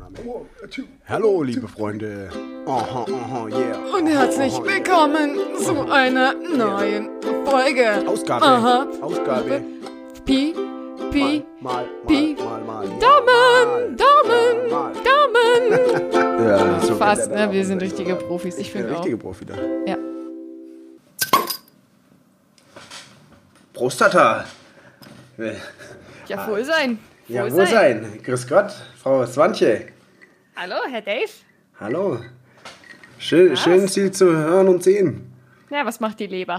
Aufnahme. Hallo, liebe Freunde. Yeah. Und herzlich willkommen zu einer neuen Folge. Ausgabe. Pi. Mal. Daumen. Ja, so fast, ne? Wir sind richtige Profis. Ich finde auch. Richtige Profi da. Ja. Prostata. Ja, wohl sein. Ja, wohl sein. Grüß Gott, Frau Swantje. Hallo, Herr Dave. Hallo. Schön, Sie zu hören und sehen. Ja, was macht die Leber?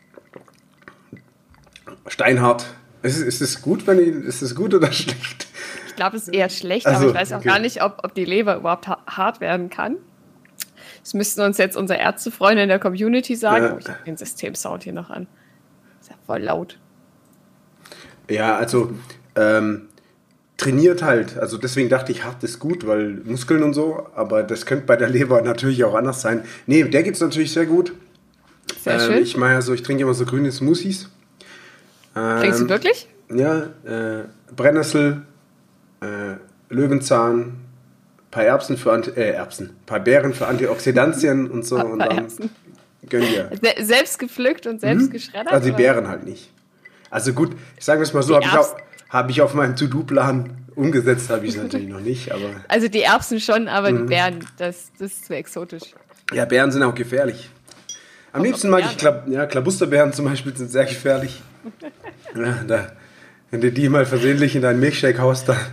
Steinhart. Ist es gut, ist es gut oder schlecht? Ich glaube, es ist eher schlecht, Also, aber ich weiß auch okay. gar nicht, ob die Leber überhaupt hart werden kann. Das müssten uns jetzt unsere Ärztefreunde in der Community sagen. Ja. Oh, ich habe den Systemsound hier noch an. Ist ja voll laut. Ja, also trainiert halt. Also deswegen dachte ich, hart ist gut, weil Muskeln und so. Aber das könnte bei der Leber natürlich auch anders sein. Nee, der geht's natürlich sehr gut. Sehr schön. Ich trinke immer so grüne Smoothies. Trinkst du wirklich? Ja, Brennnessel, Löwenzahn, paar paar Beeren für Antioxidantien und so. Und Paar dann Erbsen. gönn dir. Selbst gepflückt und selbst geschreddert? Also die oder? Beeren halt nicht. Also gut, ich sage es mal so, Die habe ich auf meinem To-Do-Plan umgesetzt, habe ich es natürlich noch nicht, aber Also die Erbsen schon, aber die Beeren, das ist zu exotisch. ja, Beeren sind auch gefährlich. Am liebsten mag ich Klabusterbeeren zum Beispiel, sind sehr gefährlich. Ja, wenn du die mal versehentlich in deinen Milkshake haust, dann,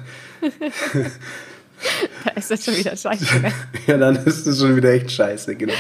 Da ist das schon wieder scheiße. Ne? ja, dann ist das schon wieder echt scheiße, genau.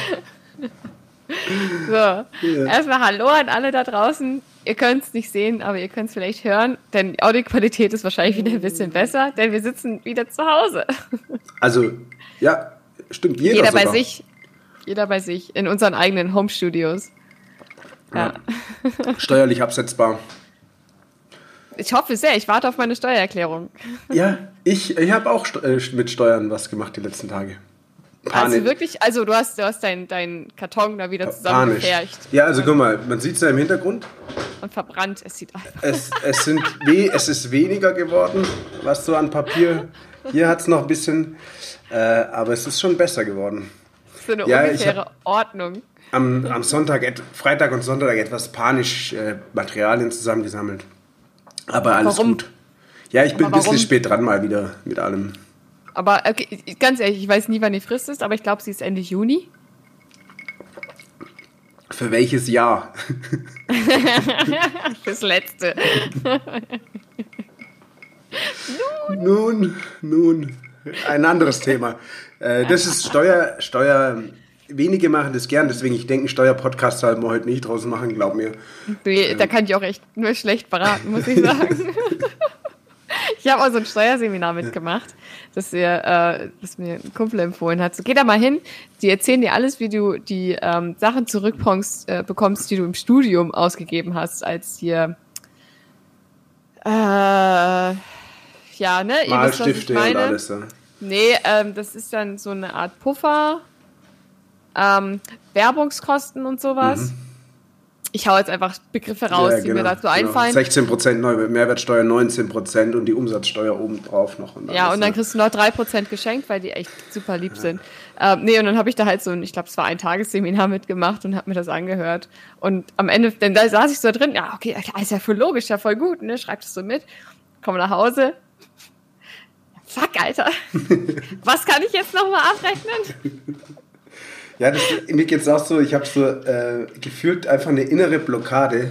So, erstmal Hallo an alle da draußen. Ihr könnt es nicht sehen, aber ihr könnt es vielleicht hören, denn die Audioqualität ist wahrscheinlich wieder ein bisschen besser, denn wir sitzen wieder zu Hause. Also, ja, stimmt, Jeder bei sogar. sich. Jeder bei sich, in unseren eigenen Home-Studios. Ja. Steuerlich absetzbar. Ich hoffe sehr, ich warte auf meine Steuererklärung. Ja, ich habe auch mit Steuern was gemacht die letzten Tage. Also wirklich, also du hast deinen Karton da wieder zusammengepfercht Ja, also guck mal, man sieht es ja im Hintergrund. und verbrannt. Es sieht einfach. Es ist weniger geworden, was so an Papier. Hier hat es noch ein bisschen, aber es ist schon besser geworden. So eine Ja, ungefähre Ordnung. Am Freitag und Sonntag etwas panisch Materialien zusammengesammelt. Aber alles Warum? gut. Ja, ich bin ein bisschen warum? spät dran mal wieder mit allem. Aber okay, ganz ehrlich, ich weiß nie, wann die Frist ist, aber ich glaube, sie ist Ende Juni. Für welches Jahr? Fürs Letzte. Nun, ein anderes Thema. Das ist Steuer. Wenige machen das gern, deswegen ich denke, einen Steuerpodcast sollten wir heute nicht draußen machen, glaub mir. Da kann ich auch echt nur schlecht beraten, muss ich sagen. Ich habe auch so ein Steuerseminar mitgemacht, das mir ein Kumpel empfohlen hat. So, geh da mal hin, die erzählen dir alles, wie du die Sachen bekommst, die du im Studium ausgegeben hast, als hier ja, ne? Ihr wisst, was ich Malstifte und meine. alles. Ja. Nee, das ist dann so eine Art Puffer, Werbungskosten und sowas. Ich hau jetzt einfach Begriffe raus, Ja, die mir dazu einfallen. 16% neue Mehrwertsteuer, 19% und die Umsatzsteuer obendrauf noch. Und Ja, alles, und dann kriegst du noch 3% geschenkt, weil die echt super lieb sind. Nee, und dann habe ich da halt so ich glaube, es war ein Tagesseminar mitgemacht und habe mir das angehört. Und am Ende, denn da saß ich so drin, ja, okay, ist ja voll logisch, ja voll gut, ne, schreib das so mit. Komme nach Hause. Fuck, Alter. Was kann ich jetzt nochmal abrechnen? Ja, mir geht's auch so, ich habe so gefühlt einfach eine innere Blockade.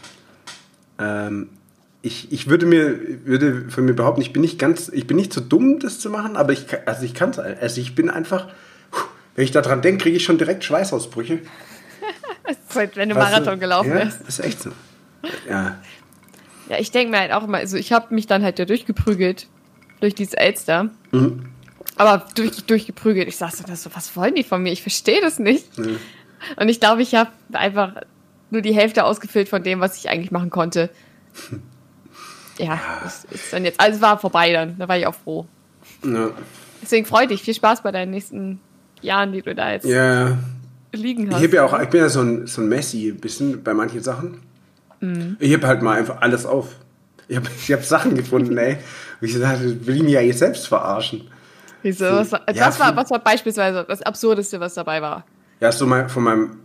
Ich würde von mir behaupten, ich bin nicht so dumm, das zu machen, aber ich kann es. Also ich bin einfach, wenn ich daran denke, kriege ich schon direkt Schweißausbrüche. Das ist halt, wenn du Marathon gelaufen ja, bist. Das ist echt so. Ja. Ja, ich denke mir halt auch immer, also ich habe mich dann halt ja durchgeprügelt durch dieses Elster. Aber durchgeprügelt. Ich saß so, was wollen die von mir? Ich verstehe das nicht. Und ich glaube, ich habe einfach nur die Hälfte ausgefüllt von dem, was ich eigentlich machen konnte. Ja, das ist dann jetzt, also war vorbei dann. Da war ich auch froh. Ja. Deswegen freu dich. Viel Spaß bei deinen nächsten Jahren, die du da jetzt liegen hast. Ich bin ja so ein Messi, ein bisschen bei manchen Sachen. Ich heb halt mal einfach alles auf. Ich hab Sachen gefunden, ey. Und ich dachte, will ich mich eigentlich selbst verarschen. Wieso? Was war beispielsweise das Absurdeste, was dabei war? Ja, so von meinem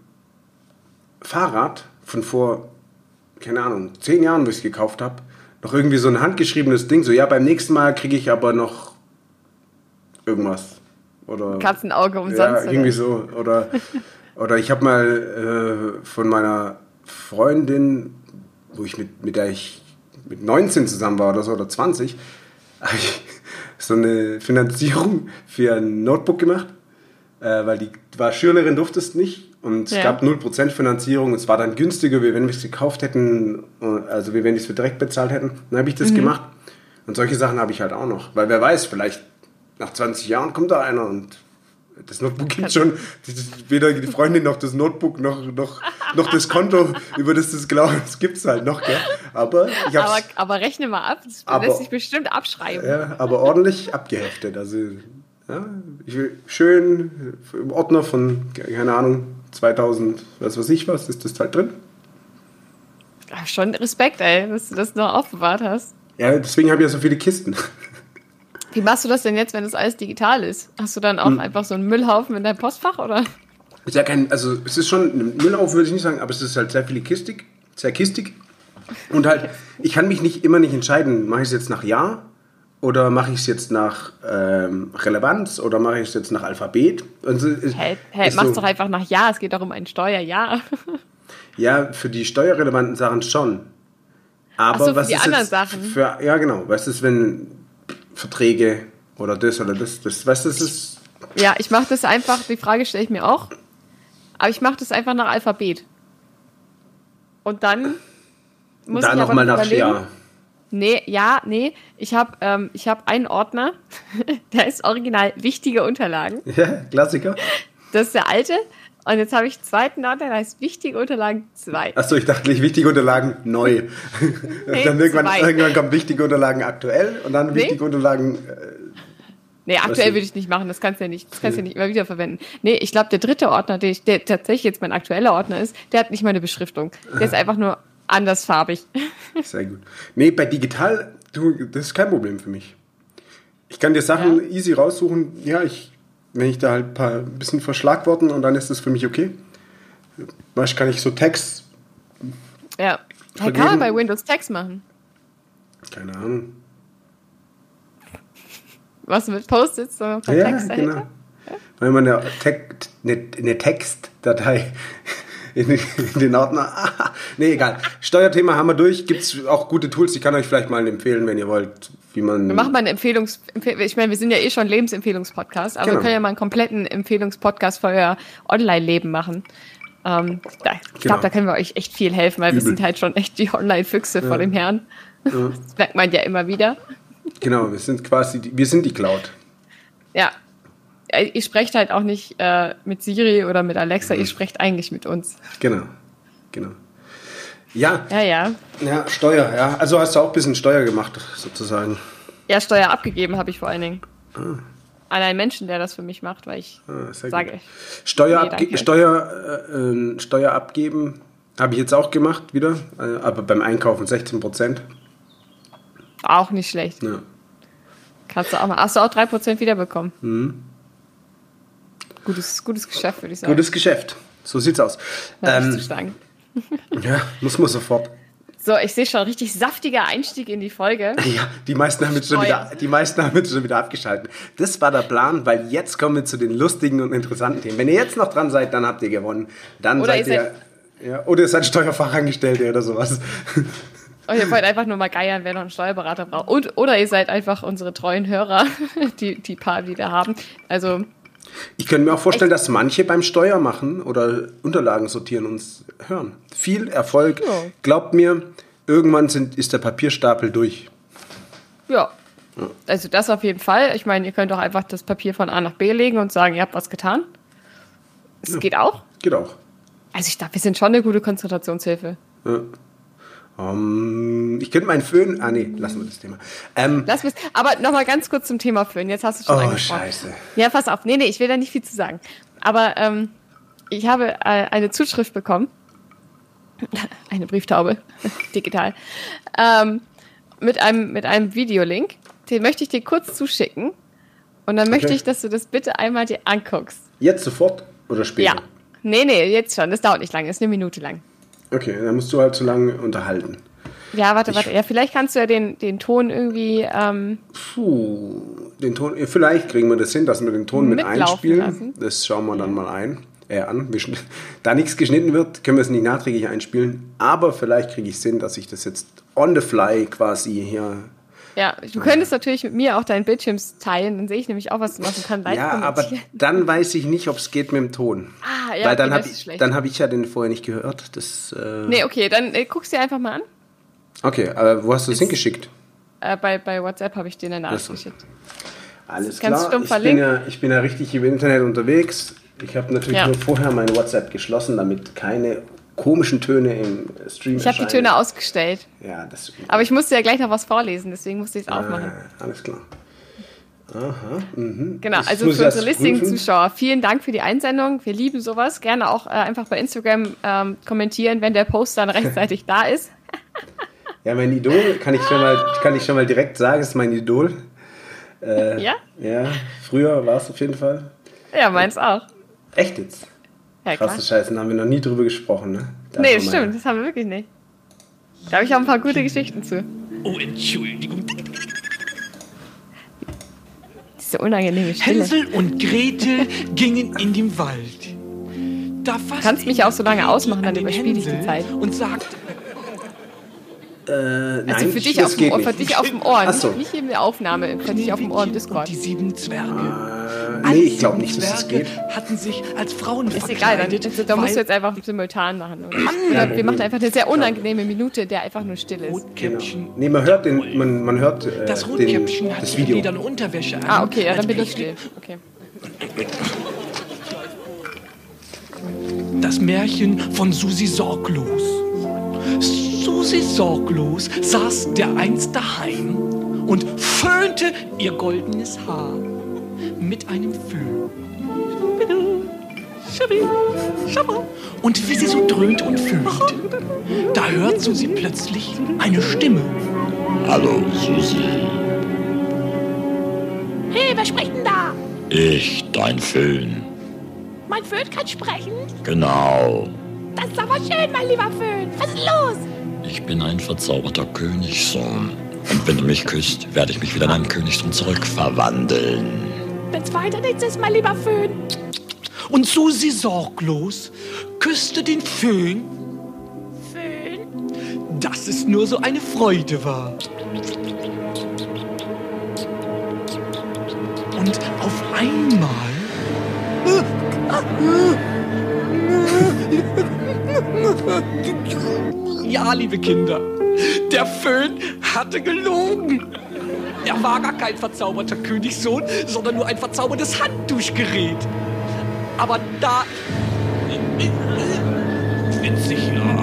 Fahrrad von vor, keine Ahnung, 10 Jahren, wo ich es gekauft habe, noch irgendwie so ein handgeschriebenes Ding. So, ja, beim nächsten Mal kriege ich aber noch irgendwas. Oder Katzenauge umsonst. Ja, irgendwie so. Oder ich habe mal von meiner Freundin, mit der ich mit 19 zusammen war oder so, oder 20, habe ich so eine Finanzierung für ein Notebook gemacht, weil die war Schülerin, durfte es nicht. Und es gab 0% Finanzierung. Es war dann günstiger, wie wenn wir es gekauft hätten, also wie wenn wir es direkt bezahlt hätten. Dann habe ich das gemacht. Und solche Sachen habe ich halt auch noch. Weil wer weiß, vielleicht nach 20 Jahren kommt da einer und das Notebook gibt schon, weder die Freundin noch das Notebook noch das Konto, über das glaubt, das gibt es halt noch. Gell? Aber rechne mal ab, das lässt sich bestimmt abschreiben. Ja, aber ordentlich abgeheftet. Also ja, schön im Ordner von, keine Ahnung, 2000, was weiß ich was, ist das halt drin. Ja, schon Respekt, ey, dass du das noch aufbewahrt hast. Ja, deswegen habe ich ja so viele Kisten. Wie machst du das denn jetzt, wenn das alles digital ist? Hast du dann auch einfach so einen Müllhaufen in deinem Postfach, oder? Ist ja also es ist schon, ein Müllhaufen würde ich nicht sagen, aber es ist halt sehr kistig. Und halt, ich kann mich immer nicht entscheiden, mache ich es jetzt nach Jahr oder mache ich es jetzt nach Relevanz oder mache ich es jetzt nach Alphabet? Mach's doch einfach nach Jahr, es geht doch um ein Steuerjahr. Ja, für die steuerrelevanten Sachen schon. Aber für was die ist anderen jetzt Sachen? Ja, genau. Was ist, wenn Verträge oder das, weißt du, das ist... Ja, ich mache das einfach, die Frage stelle ich mir auch, aber ich mache das einfach nach Alphabet. Und dann muss da ich nochmal nach Jahr. Nee, ich habe einen Ordner, der ist original wichtige Unterlagen. Ja, Klassiker. Das ist der alte. Und jetzt habe ich einen zweiten Ordner, der heißt wichtige Unterlagen 2. Achso, ich dachte nicht wichtige Unterlagen neu. Nee, dann irgendwann kommen wichtige Unterlagen aktuell und dann wichtige Unterlagen... Nee, aktuell würde ich nicht machen, das kannst du ja nicht immer wieder verwenden. Nee, ich glaube, der dritte Ordner, der tatsächlich jetzt mein aktueller Ordner ist, der hat nicht mal eine Beschriftung. Der ist einfach nur andersfarbig. Sehr gut. Nee, bei digital, das ist kein Problem für mich. Ich kann dir Sachen easy raussuchen, wenn ich da halt ein bisschen verschlagworten und dann ist das für mich okay. Was kann ich so Text... Ja, kann man bei Windows Text machen? Keine Ahnung. Was mit Post-its, so ein paar Text dahinter? Genau. Ja? Wenn man eine Textdatei in den Ordner... Nee, egal. Steuerthema haben wir durch. Gibt es auch gute Tools, die kann euch vielleicht mal empfehlen, wenn ihr wollt, wie man... Wir machen mal eine ich meine, wir sind ja eh schon Lebensempfehlungspodcast, aber wir können ja mal einen kompletten Empfehlungspodcast für euer Online-Leben machen. Ich glaube, da können wir euch echt viel helfen, weil wir sind halt schon echt die Online-Füchse vor dem Herrn. Ja. Das merkt man ja immer wieder. Genau, wir sind die Cloud. Ja. Ihr sprecht halt auch nicht mit Siri oder mit Alexa, ihr sprecht eigentlich mit uns. Genau. Ja. Ja, Steuer, ja. Also hast du auch ein bisschen Steuer gemacht, sozusagen. Ja, Steuer abgegeben habe ich vor allen Dingen. An einen Menschen, der das für mich macht, weil ich sage... Steuer abgeben habe ich jetzt auch gemacht wieder, aber beim Einkaufen 16%. Auch nicht schlecht. Ja. Kannst du auch mal. Hast du auch 3% wiederbekommen? Mhm. Gutes Geschäft, würde ich sagen. Gutes Geschäft. So sieht's aus. Zu sagen. Ja, muss man sofort. So, ich sehe schon richtig saftiger Einstieg in die Folge. Ja, die meisten haben jetzt schon wieder abgeschaltet. Das war der Plan, weil jetzt kommen wir zu den lustigen und interessanten Themen. Wenn ihr jetzt noch dran seid, dann habt ihr gewonnen. Dann oder ihr seid Steuerfachangestellte oder sowas. Und ihr wollt einfach nur mal geiern, wer noch einen Steuerberater braucht. Oder ihr seid einfach unsere treuen Hörer, die paar, die wir haben. Also... Ich könnte mir auch vorstellen, dass manche beim Steuer machen oder Unterlagen sortieren uns hören. Viel Erfolg. Ja. Glaubt mir, irgendwann ist der Papierstapel durch. Ja, also das auf jeden Fall. Ich meine, ihr könnt auch einfach das Papier von A nach B legen und sagen, ihr habt was getan. Das geht auch. Geht auch. Also ich dachte, wir sind schon eine gute Konzentrationshilfe. Ja. Ich könnte meinen Föhn... lassen wir das Thema. Aber nochmal ganz kurz zum Thema Föhn. Jetzt hast du schon angesprochen. Scheiße. Ja, pass auf. Nee, ich will da nicht viel zu sagen. Aber ich habe eine Zuschrift bekommen. Eine Brieftaube. Digital. Mit einem Videolink. Den möchte ich dir kurz zuschicken. Und dann möchte ich, dass du das bitte einmal dir anguckst. Jetzt sofort oder später? Ja. Nee, jetzt schon. Das dauert nicht lange. Das ist 1 Minute lang. Okay, dann musst du halt so lange unterhalten. Ja, warte. Ja, vielleicht kannst du ja den Ton irgendwie... Den Ton... Vielleicht kriegen wir das hin, dass wir den Ton mit einspielen. Lassen. Das schauen wir dann mal an. Da nichts geschnitten wird, können wir es nicht nachträglich einspielen. Aber vielleicht kriege ich es hin, dass ich das jetzt on the fly quasi hier... Ja, du könntest natürlich mit mir auch deinen Bildschirm teilen, dann sehe ich nämlich auch, was du machst und kann live kommentieren. Aber dann weiß ich nicht, ob es geht mit dem Ton. Ja, weil dann habe ich ja den vorher nicht gehört. Nee, okay, dann guck's dir einfach mal an. Okay, aber wo hast du es hingeschickt? Bei WhatsApp habe ich dir eine Nachricht geschickt. Alles klar, ich bin ja richtig im Internet unterwegs. Ich habe natürlich nur vorher mein WhatsApp geschlossen, damit keine komischen Töne im Stream Ich habe die Töne ausgestellt. Ja, aber ich musste ja gleich noch was vorlesen, deswegen musste ich es aufmachen. Alles klar. Aha. Mhm. Genau, also für unsere listigen Zuschauer, vielen Dank für die Einsendung. Wir lieben sowas. Gerne auch einfach bei Instagram kommentieren, wenn der Post dann rechtzeitig da ist. Ja, mein Idol, kann ich schon mal direkt sagen, ist mein Idol. Ja? Ja, früher war es auf jeden Fall. Ja, meins auch. Echt jetzt? Ja, krasse Scheiße, da haben wir noch nie drüber gesprochen, ne? Nee, das stimmt, das haben wir wirklich nicht. Da habe ich auch ein paar gute Geschichten zu. Oh, Entschuldigung. Diese unangenehme Stille. Hänsel und Gretel gingen in den Wald. Da kannst mich auch so lange ausmachen, dann überspiele ich die Zeit. Und sagte... Also nein, für dich auf dem Ohr, so. nicht in der Aufnahme, für dich auf dem Ohr im Discord. Die 7 Zwerge. Nee, ich glaube nicht, dass das geht. Hatten sich als Frauen ist egal, da musst du jetzt einfach simultan machen. Oder? Wir machen einfach eine sehr unangenehme Minute, der einfach nur still ist. Rotkäppchen. Nee, man hört das Rotkäppchen das hat Video. wieder eine Unterwäsche an. Ah, okay, ja, dann bin ich still. Okay. Das Märchen von Susi Sorglos. Susi Sorglos saß dereinst daheim und föhnte ihr goldenes Haar mit einem Föhn. Und wie sie so dröhnt und föhnt, da hört Susi plötzlich eine Stimme. Hallo, Susi. Hey, wer spricht denn da? Ich, dein Föhn. Mein Föhn kann sprechen? Genau. Das ist aber schön, mein lieber Föhn. Was ist los? Ich bin ein verzauberter Königssohn. Und wenn du mich küsst, werde ich mich wieder in einen Königssohn zurückverwandeln. Wenn's weiter nichts ist, mein lieber Föhn. Und Susi Sorglos küsste den Föhn, dass es nur so eine Freude war. Und auf einmal... Ja, liebe Kinder, der Föhn hatte gelogen. Er war gar kein verzauberter Königssohn, sondern nur ein verzaubertes Handtuchgerät. Aber da... Witzig,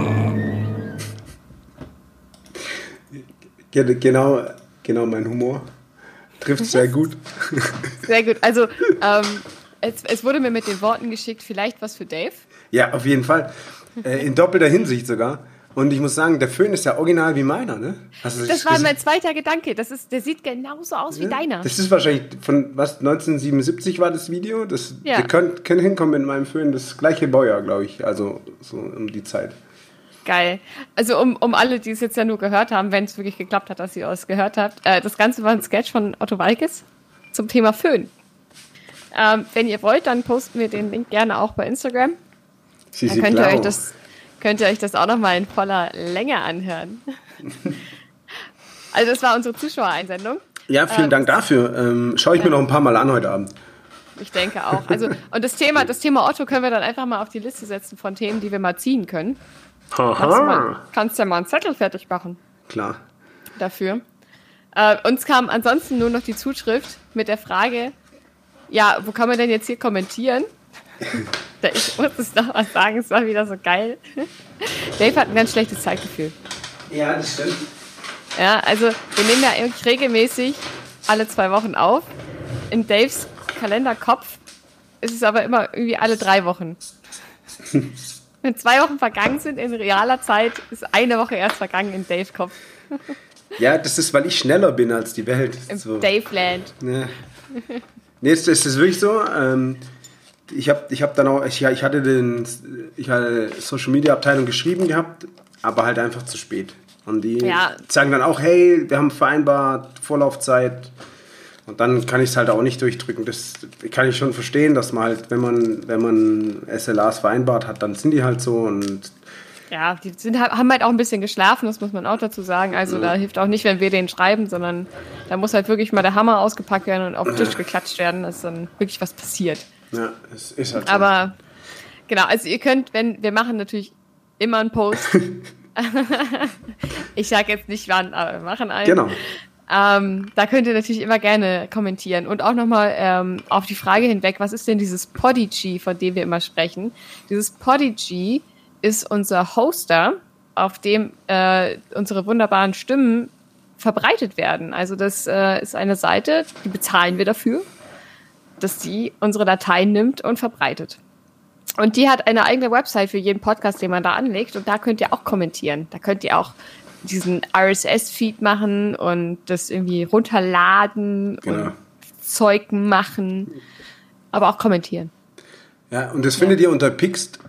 ja. Genau mein Humor. Trifft sehr gut. Sehr gut. Also, es wurde mir mit den Worten geschickt, vielleicht was für Dave. Ja, auf jeden Fall. In doppelter Hinsicht sogar. Und ich muss sagen, der Föhn ist ja original wie meiner, ne? Das war mein zweiter Gedanke. Der sieht genauso aus wie deiner. Das ist wahrscheinlich von, 1977 war das Video? Wir können hinkommen mit meinem Föhn, das gleiche Baujahr, glaube ich. Also so um die Zeit. Geil. Also um alle, die es jetzt ja nur gehört haben, wenn es wirklich geklappt hat, dass ihr es gehört habt. Das Ganze war ein Sketch von Otto Walkes zum Thema Föhn. Wenn ihr wollt, dann posten wir den Link gerne auch bei Instagram. Dann könnt ihr euch das auch nochmal in voller Länge anhören. Also das war unsere Zuschauereinsendung. Ja, vielen Dank dafür. Schaue ich mir noch ein paar Mal an heute Abend. Ich denke auch. Also, und das Thema Otto können wir dann einfach mal auf die Liste setzen von Themen, die wir mal ziehen können. Kannst ja mal einen Zettel fertig machen. Klar. Dafür. Uns kam ansonsten nur noch die Zuschrift mit der Frage, ja, wo kann man denn jetzt hier kommentieren? Ich muss es noch was sagen, es war wieder so geil. Dave hat ein ganz schlechtes Zeitgefühl. Ja, das stimmt. Ja, also wir nehmen ja eigentlich regelmäßig alle 2 Wochen auf. In Daves Kalenderkopf ist es aber immer irgendwie alle 3 Wochen. Wenn 2 Wochen vergangen sind in realer Zeit, ist eine Woche erst vergangen in Daves Kopf. Ja, das ist, weil ich schneller bin als die Welt. Im so. Dave-Land. Ja. Nee, es ist wirklich so. Ich hab dann auch, ich hatte Social Media Abteilung geschrieben gehabt, aber halt einfach zu spät. Und die sagen dann auch, hey, wir haben vereinbart, Vorlaufzeit. Und dann kann ich es halt auch nicht durchdrücken. Das kann ich schon verstehen, dass man halt, wenn man SLAs vereinbart hat, dann sind die halt so. Und ja, die haben halt auch ein bisschen geschlafen, das muss man auch dazu sagen. Also da hilft auch nicht, wenn wir denen schreiben, sondern da muss halt wirklich mal der Hammer ausgepackt werden und auf den Tisch geklatscht werden, dass dann wirklich was passiert. Ja, es ist halt so. Aber genau, also ihr könnt, wir machen natürlich immer einen Post. Ich sage jetzt nicht wann, aber wir machen einen. Genau. Da könnt ihr natürlich immer gerne kommentieren. Und auch nochmal auf die Frage hinweg, was ist denn dieses Podigy, von dem wir immer sprechen? Dieses Podigy ist unser Hoster, auf dem unsere wunderbaren Stimmen verbreitet werden. Also das ist eine Seite, die bezahlen wir dafür, dass die unsere Dateien nimmt und verbreitet. Und die hat eine eigene Website für jeden Podcast, den man da anlegt. Und da könnt ihr auch kommentieren. Da könnt ihr auch diesen RSS-Feed machen und das irgendwie runterladen und Zeug machen. Aber auch kommentieren. Ja, und das findet ihr unter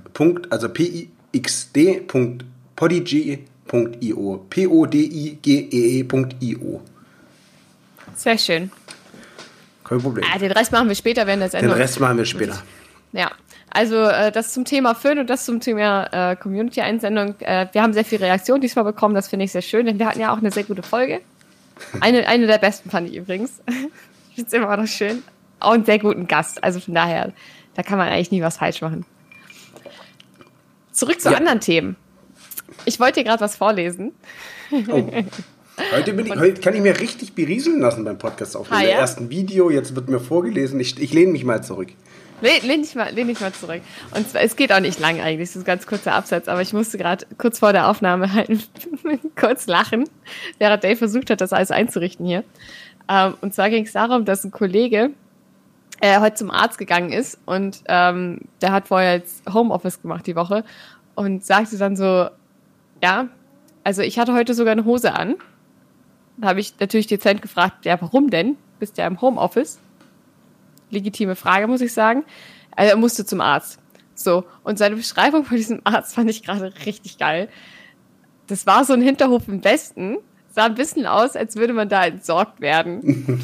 pixd.podigy.io. PODIGEE.io. Sehr schön. Kein Problem. Den Rest machen wir später während der Sendung. Den Rest machen wir später. Ja, also das zum Thema Föhn und das zum Thema Community-Einsendung. Wir haben sehr viel Reaktion diesmal bekommen, das finde ich sehr schön, denn wir hatten ja auch eine sehr gute Folge. Eine der besten fand ich übrigens. Ich finde es immer noch schön. Auch einen sehr guten Gast, also von daher, da kann man eigentlich nie was falsch machen. Zurück zu anderen Themen. Ich wollte dir gerade was vorlesen. Oh. Heute kann ich mir richtig berieseln lassen beim Podcast aufnehmen. Im ersten Video, jetzt wird mir vorgelesen. Ich lehne mich mal zurück. Lehn dich mal zurück. Und zwar, es geht auch nicht lang eigentlich, das ist ein ganz kurzer Absatz, aber ich musste gerade kurz vor der Aufnahme halt kurz lachen, während Dave versucht hat, das alles einzurichten hier. Und zwar ging es darum, dass ein Kollege heute zum Arzt gegangen ist und der hat vorher jetzt Homeoffice gemacht die Woche und sagte dann so, ja, also ich hatte heute sogar eine Hose an. Da habe ich natürlich dezent gefragt, ja, warum denn? Bist ja im Homeoffice? Legitime Frage, muss ich sagen. Also er musste zum Arzt. So, und seine Beschreibung von diesem Arzt fand ich gerade richtig geil. Das war so ein Hinterhof im Westen. Sah ein bisschen aus, als würde man da entsorgt werden.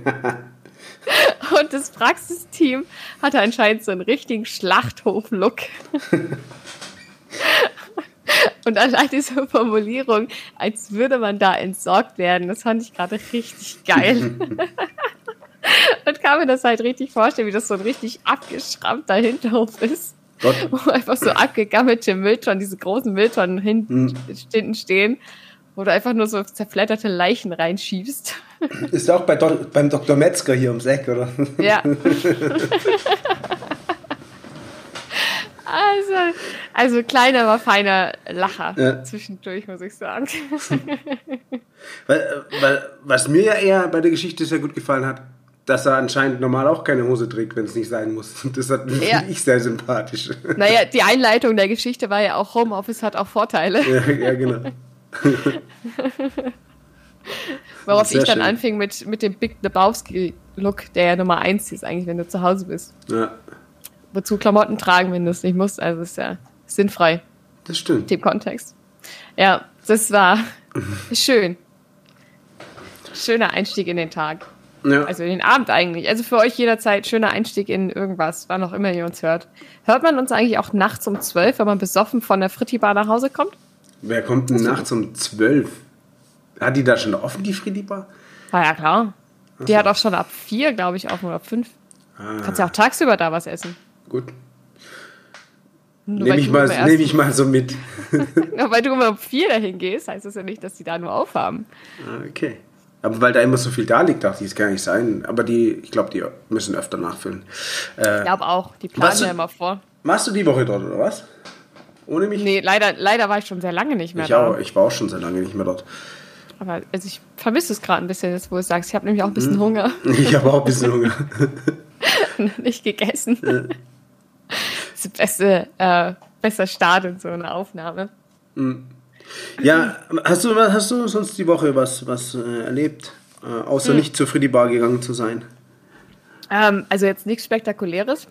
Und das Praxisteam hatte anscheinend so einen richtigen Schlachthof-Look. Und allein diese Formulierung, als würde man da entsorgt werden, das fand ich gerade richtig geil. Und kann mir das halt richtig vorstellen, wie das so ein richtig abgeschrammter Hinterhof ist. Gott. Wo einfach so abgegammelte Mülltonnen, diese großen Mülltonnen hinten stehen, wo du einfach nur so zerfledderte Leichen reinschiebst. Ist auch beim Dr. Metzger hier ums Eck, oder? Ja. Also kleiner, aber feiner Lacher zwischendurch, muss ich sagen. Weil, was mir ja eher bei der Geschichte sehr gut gefallen hat, dass er anscheinend normal auch keine Hose trägt, wenn es nicht sein muss. Das finde ich sehr sympathisch. Naja, die Einleitung der Geschichte war ja auch, Homeoffice hat auch Vorteile. Ja, genau. Worauf ich dann anfing mit dem Big Lebowski-Look, der ja Nummer 1 ist eigentlich, wenn du zu Hause bist. Ja. Wozu Klamotten tragen, wenn du es nicht musst. Also ist ja sinnfrei. Das stimmt. Dem Kontext. Ja, das war schön. Schöner Einstieg in den Tag. Ja. Also in den Abend eigentlich. Also für euch jederzeit schöner Einstieg in irgendwas, wann auch immer ihr uns hört. Hört man uns eigentlich auch nachts um 12, wenn man besoffen von der Fritti-Bar nach Hause kommt? Wer kommt denn nachts um 12? Hat die da schon offen, die Fritti-Bar? Na ja, klar. Die hat auch schon ab 4, glaube ich, offen oder ab 5. Kannst ja auch tagsüber da was essen. Gut. Nehme ich mal so mit. Nur weil du immer um 4 dahin gehst, heißt das ja nicht, dass die da nur aufhaben. Okay. Aber weil da immer so viel da liegt, dachte ich, das kann nicht sein. Aber ich glaube, die müssen öfter nachfüllen. Ich glaube auch. Die planen ja immer vor. Warst du die Woche dort, oder was? Ohne mich? Nee, leider war ich schon sehr lange nicht mehr da. Ich war auch schon sehr lange nicht mehr dort. Aber also ich vermisse es gerade ein bisschen, jetzt, wo du sagst. Ich habe nämlich auch ein bisschen Hunger. Ich habe auch ein bisschen Hunger. Nicht gegessen. Ja. Das ist der beste Start in so eine Aufnahme. Ja, hast du sonst die Woche was erlebt? Außer nicht zur Fritti-Bar gegangen zu sein? Also jetzt nichts Spektakuläres.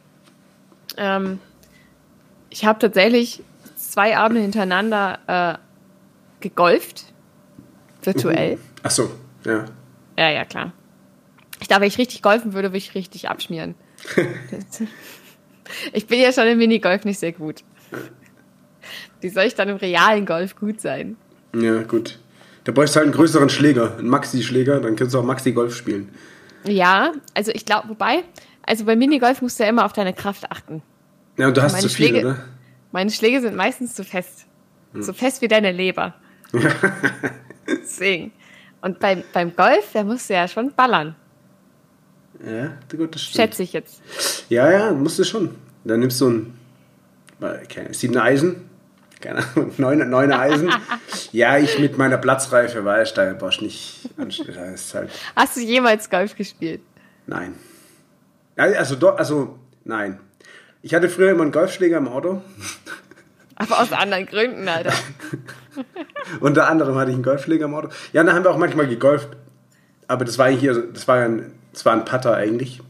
Ich habe tatsächlich 2 Abende hintereinander gegolft. Virtuell. Ach so, ja. Ja, klar. Ich glaube, wenn ich richtig golfen würde ich richtig abschmieren. Ich bin ja schon im Minigolf nicht sehr gut. Wie soll ich dann im realen Golf gut sein? Ja, gut. Da bräuchst du halt einen größeren Schläger, einen Maxi-Schläger, dann kannst du auch Maxi-Golf spielen. Ja, also ich glaube, also bei Minigolf musst du ja immer auf deine Kraft achten. Ja, und du hast zu viel, Schläge, oder? Meine Schläge sind meistens zu fest. So fest wie deine Leber. Deswegen. Und beim Golf, da musst du ja schon ballern. Ja, gut, das stimmt. Schätze ich jetzt. Ja, musst du schon. Dann nimmst du ein 7 Eisen, keine Ahnung, 9 Eisen. Ja, ich mit meiner Platzreife, weißt du, da brauchst du nicht. Da ist halt, Hast du jemals Golf gespielt? nein. Also, nein. Ich hatte früher immer einen Golfschläger im Auto. Aber aus anderen Gründen, Alter. Unter anderem hatte ich einen Golfschläger im Auto. Ja, dann haben wir auch manchmal gegolft. Aber das war ein Putter eigentlich.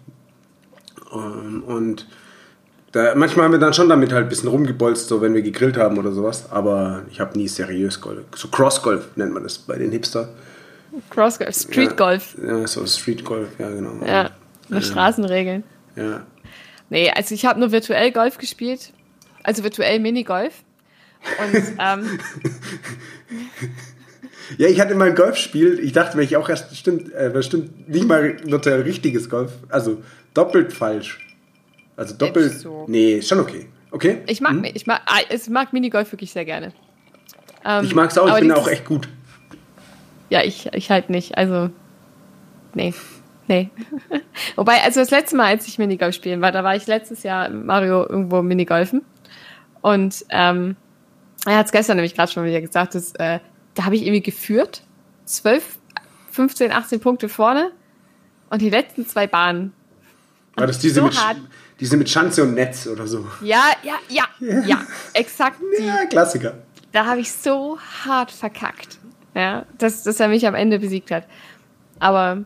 Und manchmal haben wir dann schon damit halt ein bisschen rumgebolzt, so wenn wir gegrillt haben oder sowas. Aber ich habe nie seriös Golf. So Cross-Golf nennt man das bei den Hipster. Cross-Golf, Street-Golf. Ja, so Street-Golf, ja genau. Ja, nach Straßenregeln. Ja. Nee, also ich habe nur virtuell Golf gespielt. Also virtuell Minigolf. Und Ja, ich hatte mal ein Golfspiel. Ich dachte mir, ich auch erst, bestimmt nicht mal virtuell richtiges Golf. Also doppelt falsch. Also doppelt. So. Nee, schon okay. Okay? ich mag Minigolf wirklich sehr gerne. Ich mag es auch, ich bin auch echt gut. Ja, ich halt nicht. Also, nee. Wobei, also das letzte Mal, als ich Minigolf spielen war, da war ich letztes Jahr mit Mario irgendwo Minigolfen. Und er hat es gestern nämlich gerade schon wieder gesagt, dass, da habe ich irgendwie geführt. 12, 15, 18 Punkte vorne. Und die letzten 2 Bahnen. War das diese mit Schanze und Netz oder so? Ja, exakt die. Ja, Klassiker. Da habe ich so hart verkackt, ja, dass er mich am Ende besiegt hat. Aber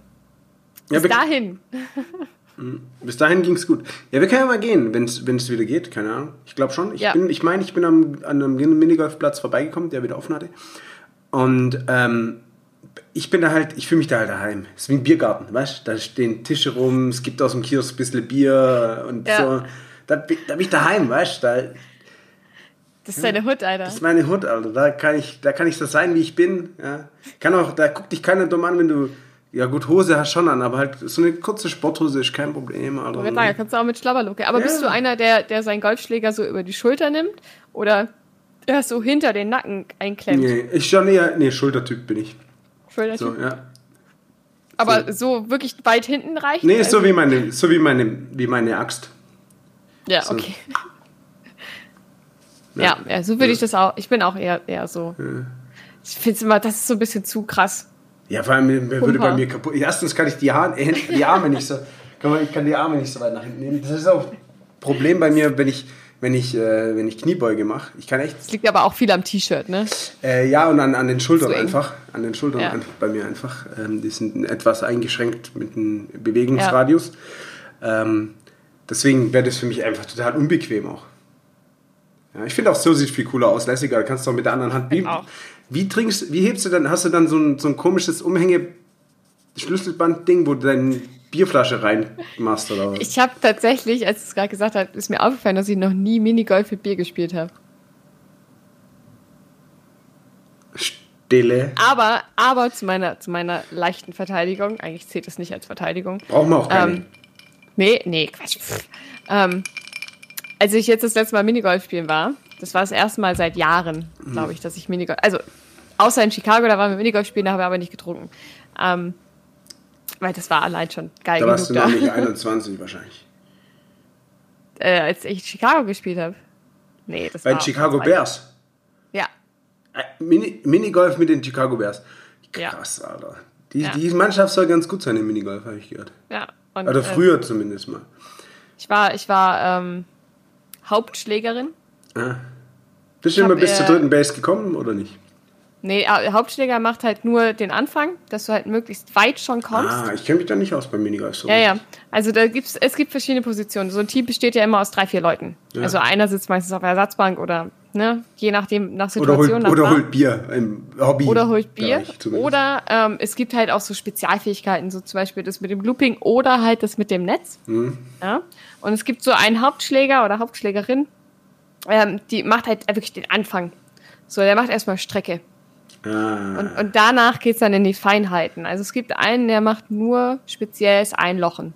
bis dahin ging es gut. Ja, wir können ja mal gehen, wenn es wieder geht. Keine Ahnung. Ich glaube schon. Ich bin an einem Minigolfplatz vorbeigekommen, der wieder offen hatte. Und ich fühle mich da halt daheim. Es ist wie ein Biergarten, weißt du? Da stehen Tische rum, es gibt aus dem Kiosk ein bisschen Bier und so. Da bin ich daheim, weißt du? Das ist deine Hut, Alter. Das ist meine Hut, Alter. Da kann ich so sein, wie ich bin. Ja. Da guckt dich keiner dumm an, wenn du, ja gut, Hose hast schon an, aber halt so eine kurze Sporthose ist kein Problem, Alter. Ich würde sagen, kannst du auch mit Schlabberlucke. Aber bist du einer, der seinen Golfschläger so über die Schulter nimmt oder der so hinter den Nacken einklemmt? Nee, ich schon eher, Schultertyp bin ich. Schultertyp? So, ja. Aber so wirklich weit hinten reicht? Nee, also, so wie meine Axt. Ja, so. Okay. Ja, so würde ich das auch. Ich bin auch eher so. Ja. Ich finde es immer, das ist so ein bisschen zu krass. Ja, vor allem würde bei mir kaputt. Erstens kann ich die Arme nicht so. Ich kann die Arme nicht so weit nach hinten nehmen. Das ist auch ein Problem bei mir, wenn ich Kniebeuge mache. Ich kann echt. Das liegt aber auch viel am T-Shirt, ne? Ja, und an den Schultern einfach. An den Schultern einfach bei mir einfach. Die sind etwas eingeschränkt mit einem Bewegungsradius. Ja. Deswegen wäre das für mich einfach total unbequem auch. Ja, ich finde auch, so sieht es viel cooler aus, lässiger. Da kannst du auch mit der anderen Hand. Wie hebst du dann? Hast du dann so ein komisches Umhänge-Schlüsselband-Ding, wo du deine Bierflasche reinmachst oder was? Ich habe tatsächlich, als du es gerade gesagt hast, ist mir aufgefallen, dass ich noch nie Minigolf mit Bier gespielt habe. Stille. Aber zu meiner leichten Verteidigung, eigentlich zählt das nicht als Verteidigung. Brauchen wir auch keine. Nee, Quatsch. Als ich jetzt das letzte Mal Minigolf spielen war, das war das erste Mal seit Jahren, glaube ich, dass ich Minigolf, also außer in Chicago, da waren wir Minigolf spielen, da haben wir aber nicht getrunken. Weil das war allein schon geil genug. Da warst du noch nicht 21 wahrscheinlich. Als ich Chicago gespielt habe. Nee, das war... Bei den Chicago Bears? Ja. Minigolf mit den Chicago Bears. Krass, ja. Alter. Die Mannschaft soll ganz gut sein im Minigolf, habe ich gehört. Ja. Oder früher zumindest mal. Ich war Hauptschlägerin. Ah. Bist du immer bis zur dritten Base gekommen oder nicht? Nee, der Hauptschläger macht halt nur den Anfang, dass du halt möglichst weit schon kommst. Ich kenne mich da nicht aus beim Minigolf. So. Ja. Also es gibt verschiedene Positionen. So ein Team besteht ja immer aus 3-4 Leuten. Ja. Also einer sitzt meistens auf der Ersatzbank oder je nachdem, nach Situation. Oder holt Bier im Hobby. Oder holt Bier. Oder es gibt halt auch so Spezialfähigkeiten, so zum Beispiel das mit dem Looping oder halt das mit dem Netz. Mhm. Ja? Und es gibt so einen Hauptschläger oder Hauptschlägerin, die macht halt wirklich den Anfang. So, der macht erstmal Strecke. Und danach geht's dann in die Feinheiten. Also es gibt einen, der macht nur spezielles Einlochen.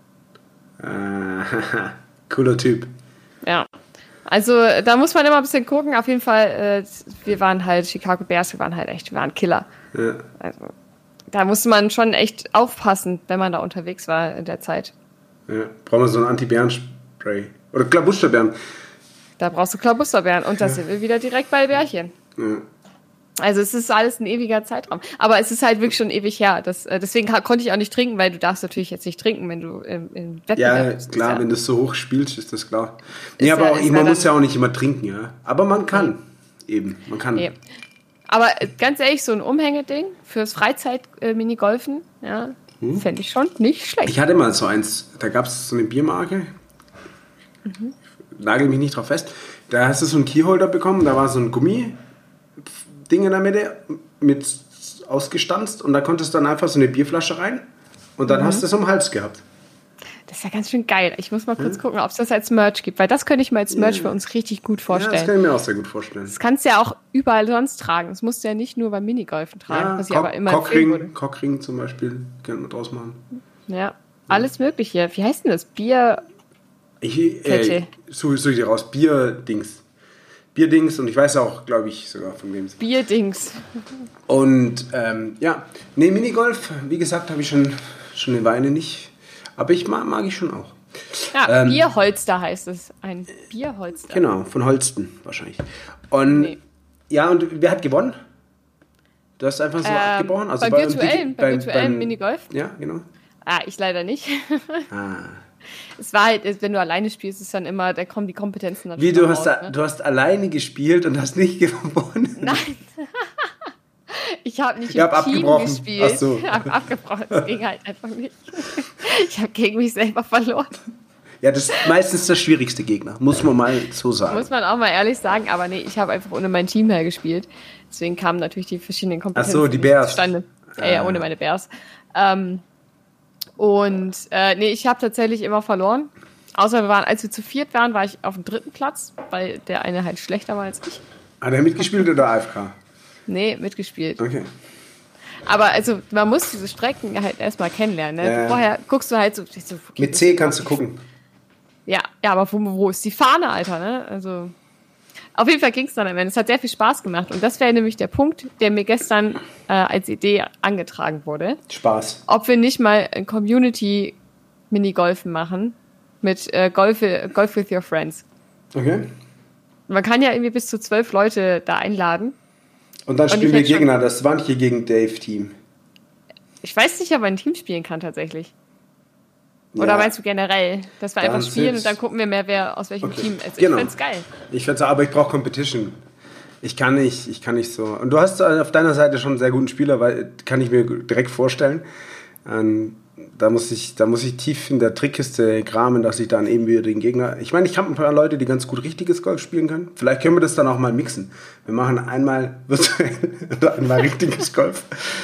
Cooler Typ. Ja. Also da muss man immer ein bisschen gucken. Auf jeden Fall, wir waren halt Chicago Bears, wir waren Killer. Ja. Also da musste man schon echt aufpassen, wenn man da unterwegs war in der Zeit. Ja. Brauchen wir so ein Anti-Bären-Spray. Oder Klabusterbeeren. Da brauchst du Klabusterbeeren. Und da sind wir wieder direkt bei Bärchen. Ja. Also es ist alles ein ewiger Zeitraum. Aber es ist halt wirklich schon ewig her. Deswegen konnte ich auch nicht trinken, weil du darfst natürlich jetzt nicht trinken, wenn du im Wettbewerb bist. Ja, klar, wenn du es so hoch spielst, ist das klar. Nee, aber man muss ja auch nicht immer trinken, ja. Aber man kann. Eben, man kann. Nee. Aber ganz ehrlich, so ein Umhängeding fürs Freizeit-Minigolfen, ja, fände ich schon nicht schlecht. Ich hatte mal so eins, da gab es so eine Biermarke. Nagel mich nicht drauf fest. Da hast du so einen Keyholder bekommen, da war so ein Gummi Ding in der Mitte mit ausgestanzt und da konntest du dann einfach so eine Bierflasche rein und dann hast du es um den Hals gehabt. Das ist ja ganz schön geil. Ich muss mal kurz gucken, ob es das als Merch gibt, weil das könnte ich mir als Merch für uns richtig gut vorstellen. Ja, das kann ich mir auch sehr gut vorstellen. Das kannst du ja auch überall sonst tragen. Das musst du ja nicht nur beim Minigolfen tragen, was ich aber immer empfehlen würde. Cockring zum Beispiel, können wir draus machen. Ja, alles Mögliche. Wie heißt denn das? Bier... Suche ich dir raus. Bierdings und ich weiß auch, glaube ich, sogar von wem es ist. Bierdings. Und Minigolf, wie gesagt, habe ich schon eine Weile nicht. Aber mag ich schon auch. Ja, Bierholster heißt es. Ein Bierholster. Genau, von Holsten wahrscheinlich. Und ja, und wer hat gewonnen? Du hast einfach so abgebrochen? Also beim virtuellen Minigolf? Ja, genau. Ich leider nicht. Es war halt, wenn du alleine spielst, ist dann immer, da kommen die Kompetenzen dann du hast alleine gespielt und hast nicht gewonnen? Nein. Ich habe nicht im Team gespielt. Ach so. Ich habe abgebrochen, das ging halt einfach nicht. Ich habe gegen mich selber verloren. Ja, das ist meistens der schwierigste Gegner, muss man mal so sagen. Muss man auch mal ehrlich sagen, aber nee, ich habe einfach ohne mein Team hergespielt. Deswegen kamen natürlich die verschiedenen Kompetenzen. Ach so, die Bears. Zustande. Ja, ohne meine Bears. Ich habe tatsächlich immer verloren. Außer als wir zu viert waren, war ich auf dem 3. Platz, weil der eine halt schlechter war als ich. Hat er mitgespielt oder AFK? Nee, mitgespielt. Okay. Aber also man muss diese Strecken halt erstmal kennenlernen. Ne? Ja. Vorher guckst du halt so... Okay, mit C kannst du gucken. Ja, aber wo ist die Fahne, Alter? Ne? Also auf jeden Fall ging es dann am Ende. Es hat sehr viel Spaß gemacht. Und das wäre nämlich der Punkt, der mir gestern als Idee angetragen wurde. Spaß. Ob wir nicht mal ein Community-Minigolfen machen mit Golf with your friends. Okay. Man kann ja irgendwie bis zu 12 Leute da einladen. Und dann spielen wir Gegner, das war nicht hier gegen Dave-Team. Ich weiß nicht, ob man ein Team spielen kann tatsächlich. Oder meinst du generell, dass wir einfach spielen und dann gucken wir mehr, wer aus welchem Team ist? Genau. Ich find's geil. Aber ich brauche Competition. Ich kann nicht so. Und du hast auf deiner Seite schon einen sehr guten Spieler, weil kann ich mir direkt vorstellen. Da muss ich tief in der Trickkiste kramen, dass ich da einen ebenbürtigen Gegner... Ich meine, ich habe ein paar Leute, die ganz gut richtiges Golf spielen können. Vielleicht können wir das dann auch mal mixen. Wir machen einmal virtuell und einmal richtiges Golf.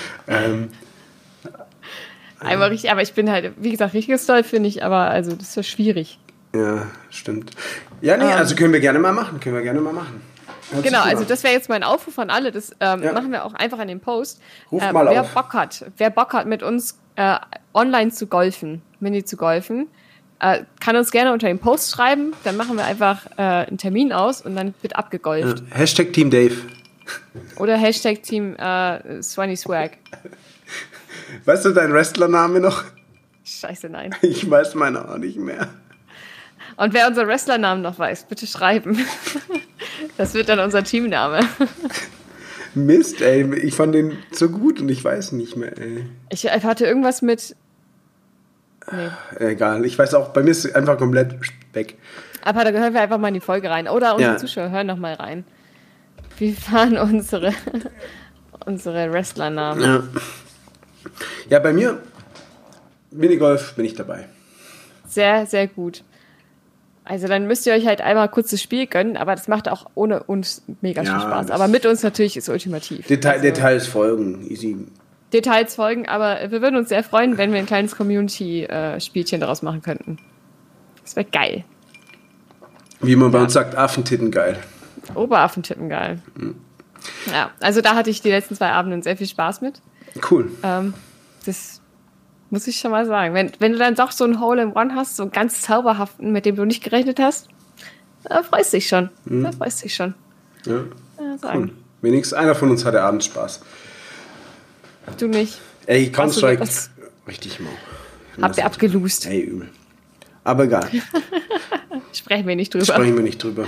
Einmal richtig, aber ich bin halt, wie gesagt, richtiges Golf finde ich, aber also das ist ja schwierig. Ja, stimmt. Ja, nee, also können wir gerne mal machen. Genau, also das wäre jetzt mein Aufruf an alle. Das machen wir auch einfach an den Post. Ruf mal wer auf. Wer Bock hat, mit uns online zu golfen, Mini zu golfen, kann uns gerne unter den Post schreiben. Dann machen wir einfach einen Termin aus und dann wird abgegolft. Ja. Hashtag Team Dave. Oder Hashtag Team Swanny Swag. Weißt du deinen Wrestlername noch? Scheiße, nein. Ich weiß meine auch nicht mehr. Und wer unseren Wrestlernamen noch weiß, bitte schreiben. Das wird dann unser Teamname. Mist, ey. Ich fand den so gut und ich weiß nicht mehr, ey. Ich hatte irgendwas mit... Nee. Egal, ich weiß auch, bei mir ist es einfach komplett weg. Aber da hören wir einfach mal in die Folge rein. Oder unsere Zuschauer hören noch mal rein. Wie waren unsere unsere Wrestlernamen. Ja. Ja, bei mir, Minigolf bin ich dabei. Sehr, sehr gut. Also dann müsst ihr euch halt einmal kurz das Spiel gönnen, aber das macht auch ohne uns mega viel Spaß. Aber mit uns natürlich ist es ultimativ. Details folgen, easy. Details folgen, aber wir würden uns sehr freuen, wenn wir ein kleines Community-Spielchen daraus machen könnten. Das wäre geil. Wie man bei uns sagt, Affentitten geil. Oberaffentitten geil. Ja, also da hatte ich die letzten 2 Abende sehr viel Spaß mit. Cool. Das muss ich schon mal sagen. Wenn du dann doch so ein Hole-in-One hast, so einen ganz zauberhaften, mit dem du nicht gerechnet hast, da freust du dich schon. Da freust du dich schon. Ja. Sagen. Cool. Wenigstens einer von uns hatte abends Spaß. Du nicht. Ey, Counter-Strike, richtig mau. Habt ihr abgelust. Ey, übel. Aber egal. Sprechen wir nicht drüber.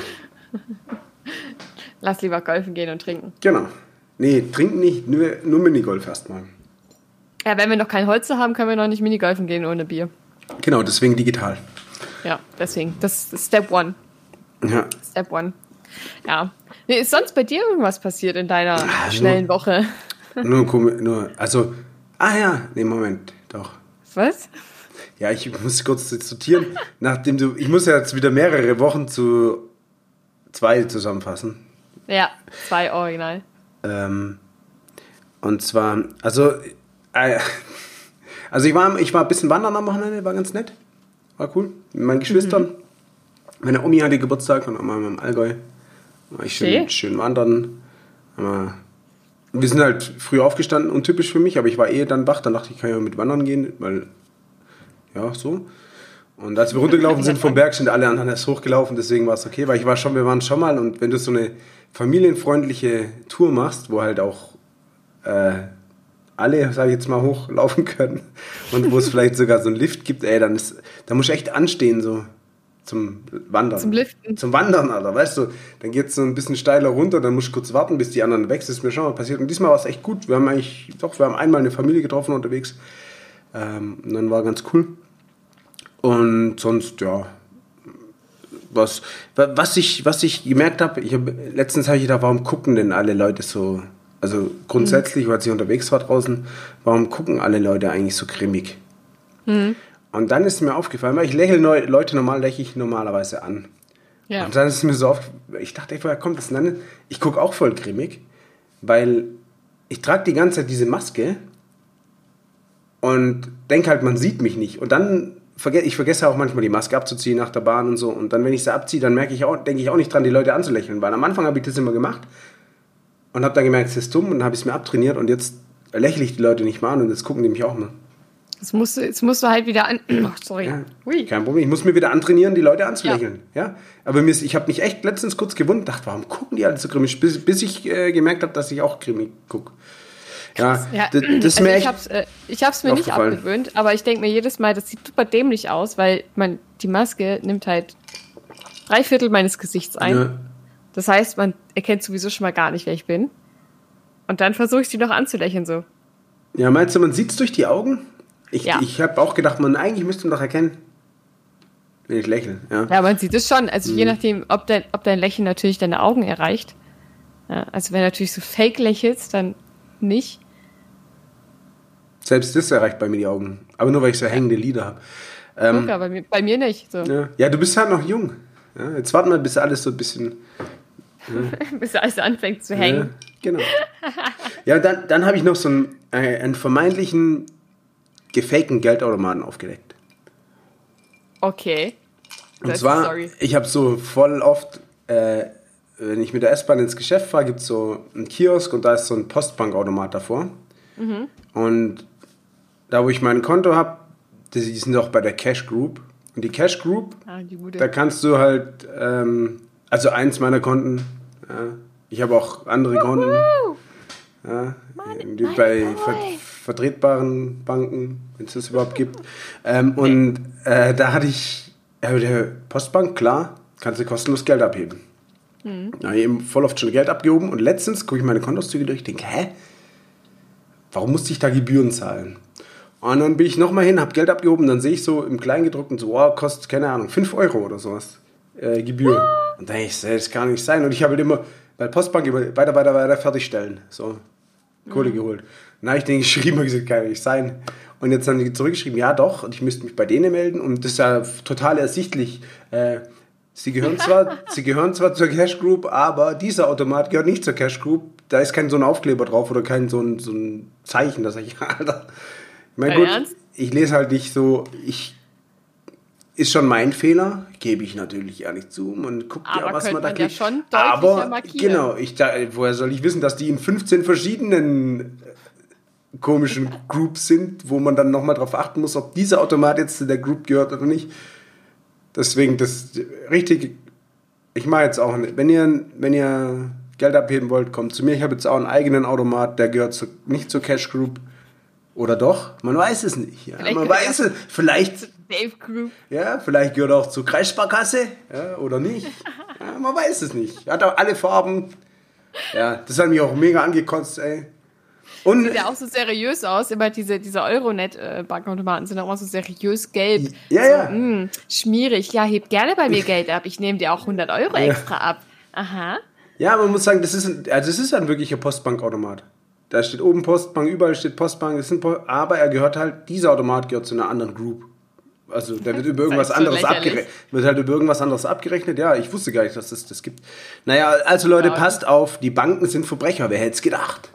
Lass lieber golfen gehen und trinken. Genau. Nee, trinken nicht, nur Minigolf erstmal. Ja, wenn wir noch kein Holz haben, können wir noch nicht Minigolfen gehen ohne Bier. Genau, deswegen digital. Ja, deswegen. Das ist Step 1. Ja. Step 1. Ja. Nee, ist sonst bei dir irgendwas passiert in deiner schnellen Woche? Moment, doch. Was? Ja, ich muss kurz sortieren. Ich muss ja jetzt wieder mehrere Wochen zu 2 zusammenfassen. Ja, 2 original. Und zwar, ich war ein bisschen wandern am Wochenende, war ganz nett. War cool. Mit meinen Geschwistern. Meine Omi hatte Geburtstag und einmal im Allgäu. War ich schön wandern. Wir sind halt früh aufgestanden, untypisch für mich, aber ich war dann wach. Dann dachte ich, kann ja mit wandern gehen, weil, ja, so. Und als wir runtergelaufen sind vom Berg, sind alle anderen erst hochgelaufen, deswegen war es okay, weil wir waren schon mal, und wenn du so eine familienfreundliche Tour machst, wo halt auch alle, sag ich jetzt mal, hochlaufen können und wo es vielleicht sogar so einen Lift gibt, da musst du echt anstehen, so zum Wandern. Zum Liften. Zum Wandern, Alter, weißt du, dann geht es so ein bisschen steiler runter, dann musst du kurz warten, bis die anderen weg sind. Das ist mir schon mal passiert. Und diesmal war es echt gut. Wir haben einmal eine Familie getroffen unterwegs. Und dann war ganz cool. Und sonst, ja, was ich gemerkt habe, letztens habe ich gedacht, warum gucken denn alle Leute so, also grundsätzlich, als ich unterwegs war draußen, warum gucken alle Leute eigentlich so grimmig? Und dann ist mir aufgefallen, weil ich lächle Leute normalerweise an. Ja. Und dann ist mir so aufgefallen, ich dachte, woher kommt das denn? Ich gucke auch voll grimmig, weil ich trage die ganze Zeit diese Maske und denke halt, man sieht mich nicht. Und dann ich vergesse auch manchmal die Maske abzuziehen nach der Bahn und so. Und dann, wenn ich sie abziehe, dann denke ich auch nicht dran, die Leute anzulächeln. Weil am Anfang habe ich das immer gemacht und habe dann gemerkt, es ist dumm, und habe es mir abtrainiert und jetzt lächle ich die Leute nicht mal an und jetzt gucken die mich auch mal. Jetzt musst du halt wieder sorry. Ja, kein Problem. Ich muss mir wieder antrainieren, die Leute anzulächeln. Ja. Aber ich habe mich echt letztens kurz gewundert, dachte, warum gucken die alle so grimmig? Bis ich gemerkt habe, dass ich auch grimmig gucke. Ja, das also ich habe es mir nicht abgewöhnt, aber ich denke mir jedes Mal, das sieht super dämlich aus, weil die Maske nimmt halt 3/4 meines Gesichts ein. Ja. Das heißt, man erkennt sowieso schon mal gar nicht, wer ich bin. Und dann versuche ich sie noch anzulächeln so. Ja, meinst du, man sieht es durch die Augen? Ich habe auch gedacht, eigentlich müsste man doch erkennen, wenn ich lächle. Ja, man sieht es schon. Also je nachdem, ob dein Lächeln natürlich deine Augen erreicht. Ja, also wenn du natürlich so fake lächelst, dann nicht. Selbst das erreicht bei mir die Augen. Aber nur, weil ich so hängende Lider habe. Guck, aber bei mir nicht. So. Ja, du bist halt noch jung. Ja, jetzt warten wir, bis alles so ein bisschen... Ja. Bis alles anfängt zu hängen. Ja, genau. Ja, dann habe ich noch so einen vermeintlichen gefakten Geldautomaten aufgedeckt. Okay. Und zwar, ich habe so voll oft, wenn ich mit der S-Bahn ins Geschäft fahre, gibt es so einen Kiosk und da ist so ein Postbankautomat davor. Und da, wo ich mein Konto habe, die sind auch bei der Cash Group. Und die Cash Group, da kannst du halt, also eins meiner Konten, ich habe auch andere Konten, bei vertretbaren Banken, wenn es das überhaupt gibt. Da hatte ich, der Postbank, klar, kannst du kostenlos Geld abheben. Da habe ich eben voll oft schon Geld abgehoben und letztens gucke ich meine Kontoauszüge durch und denke, warum musste ich da Gebühren zahlen? Und dann bin ich nochmal hin, habe Geld abgehoben, dann sehe ich so im Kleingedruckten so, kostet, keine Ahnung, 5 € oder sowas, Gebühr. Und dann denke ich, das kann nicht sein. Und ich habe halt immer bei Postbank weiter fertigstellen. So. Kohle geholt. Dann habe ich denen geschrieben und gesagt, kann ja nicht sein. Und jetzt haben die zurückgeschrieben, ja doch, und ich müsste mich bei denen melden. Und das ist ja total ersichtlich. Sie gehören zwar zur Cash Group, aber dieser Automat gehört nicht zur Cash Group. Da ist kein so ein Aufkleber drauf oder kein so ein Zeichen, dass ich, Alter. Ich meine, gut, Ernst? ich lese halt nicht so, ist schon mein Fehler, gebe ich natürlich ehrlich zu. Man guckt ja, was man da kriegt. Ja schon deutlicher markieren. Genau, woher soll ich wissen, dass die in 15 verschiedenen komischen Groups sind, wo man dann nochmal drauf achten muss, ob dieser Automat jetzt zu der Group gehört oder nicht. Deswegen, das richtig, ich mache jetzt auch, wenn ihr Geld abheben wollt, kommt zu mir. Ich habe jetzt auch einen eigenen Automat, der gehört nicht zur Cash Group. Oder doch? Man weiß es nicht. Ja, man weiß es. Vielleicht Dave Group. Ja, vielleicht gehört er auch zur Kreissparkasse. Ja, oder nicht. Ja, man weiß es nicht. Hat auch alle Farben. Ja, das hat mich auch mega angekotzt, ey. Und sieht ja auch so seriös aus. Immer diese Euronet-Bankautomaten sind auch immer so seriös gelb. Ja, so, ja. Schmierig. Ja, heb gerne bei mir Geld ab. Ich nehme dir auch 100 Euro extra ab. Aha. Ja, man muss sagen, das ist ein wirklicher Postbankautomat. Da steht oben Postbank, überall steht Postbank. Aber er gehört halt, dieser Automat gehört zu einer anderen Group. Also der wird über irgendwas anderes abgerechnet. Wird halt über irgendwas anderes abgerechnet. Ja, ich wusste gar nicht, dass es das gibt. Naja, also Leute, passt auf, die Banken sind Verbrecher. Wer hätte es gedacht?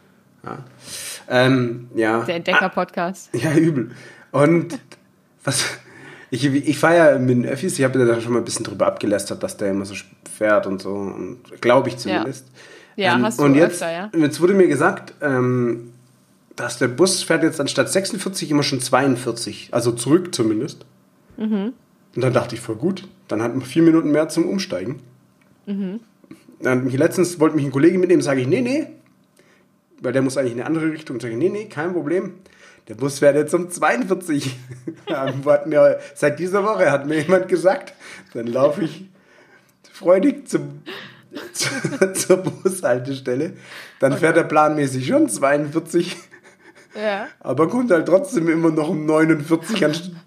Ja. Der Entdecker-Podcast. Ja, übel. Und was... Ich fahre ja mit den Öffis, ich habe da schon mal ein bisschen drüber abgelästert, dass der immer so fährt und so. Und glaube ich zumindest. Ja, hast du und jetzt, öfter, ja. Jetzt wurde mir gesagt, dass der Bus fährt jetzt anstatt 46 immer schon 42. Also zurück zumindest. Mhm. Und dann dachte ich, voll gut. Dann hatten wir 4 Minuten mehr zum Umsteigen. Mhm. Letztens wollte mich ein Kollege mitnehmen, sage ich, nee. Weil der muss eigentlich in eine andere Richtung. Sage ich, nee, kein Problem. Der Bus fährt jetzt um 42. Seit dieser Woche hat mir jemand gesagt, dann laufe ich freudig zur Bushaltestelle. Dann fährt er planmäßig schon 42. Ja. Aber kommt halt trotzdem immer noch um 49.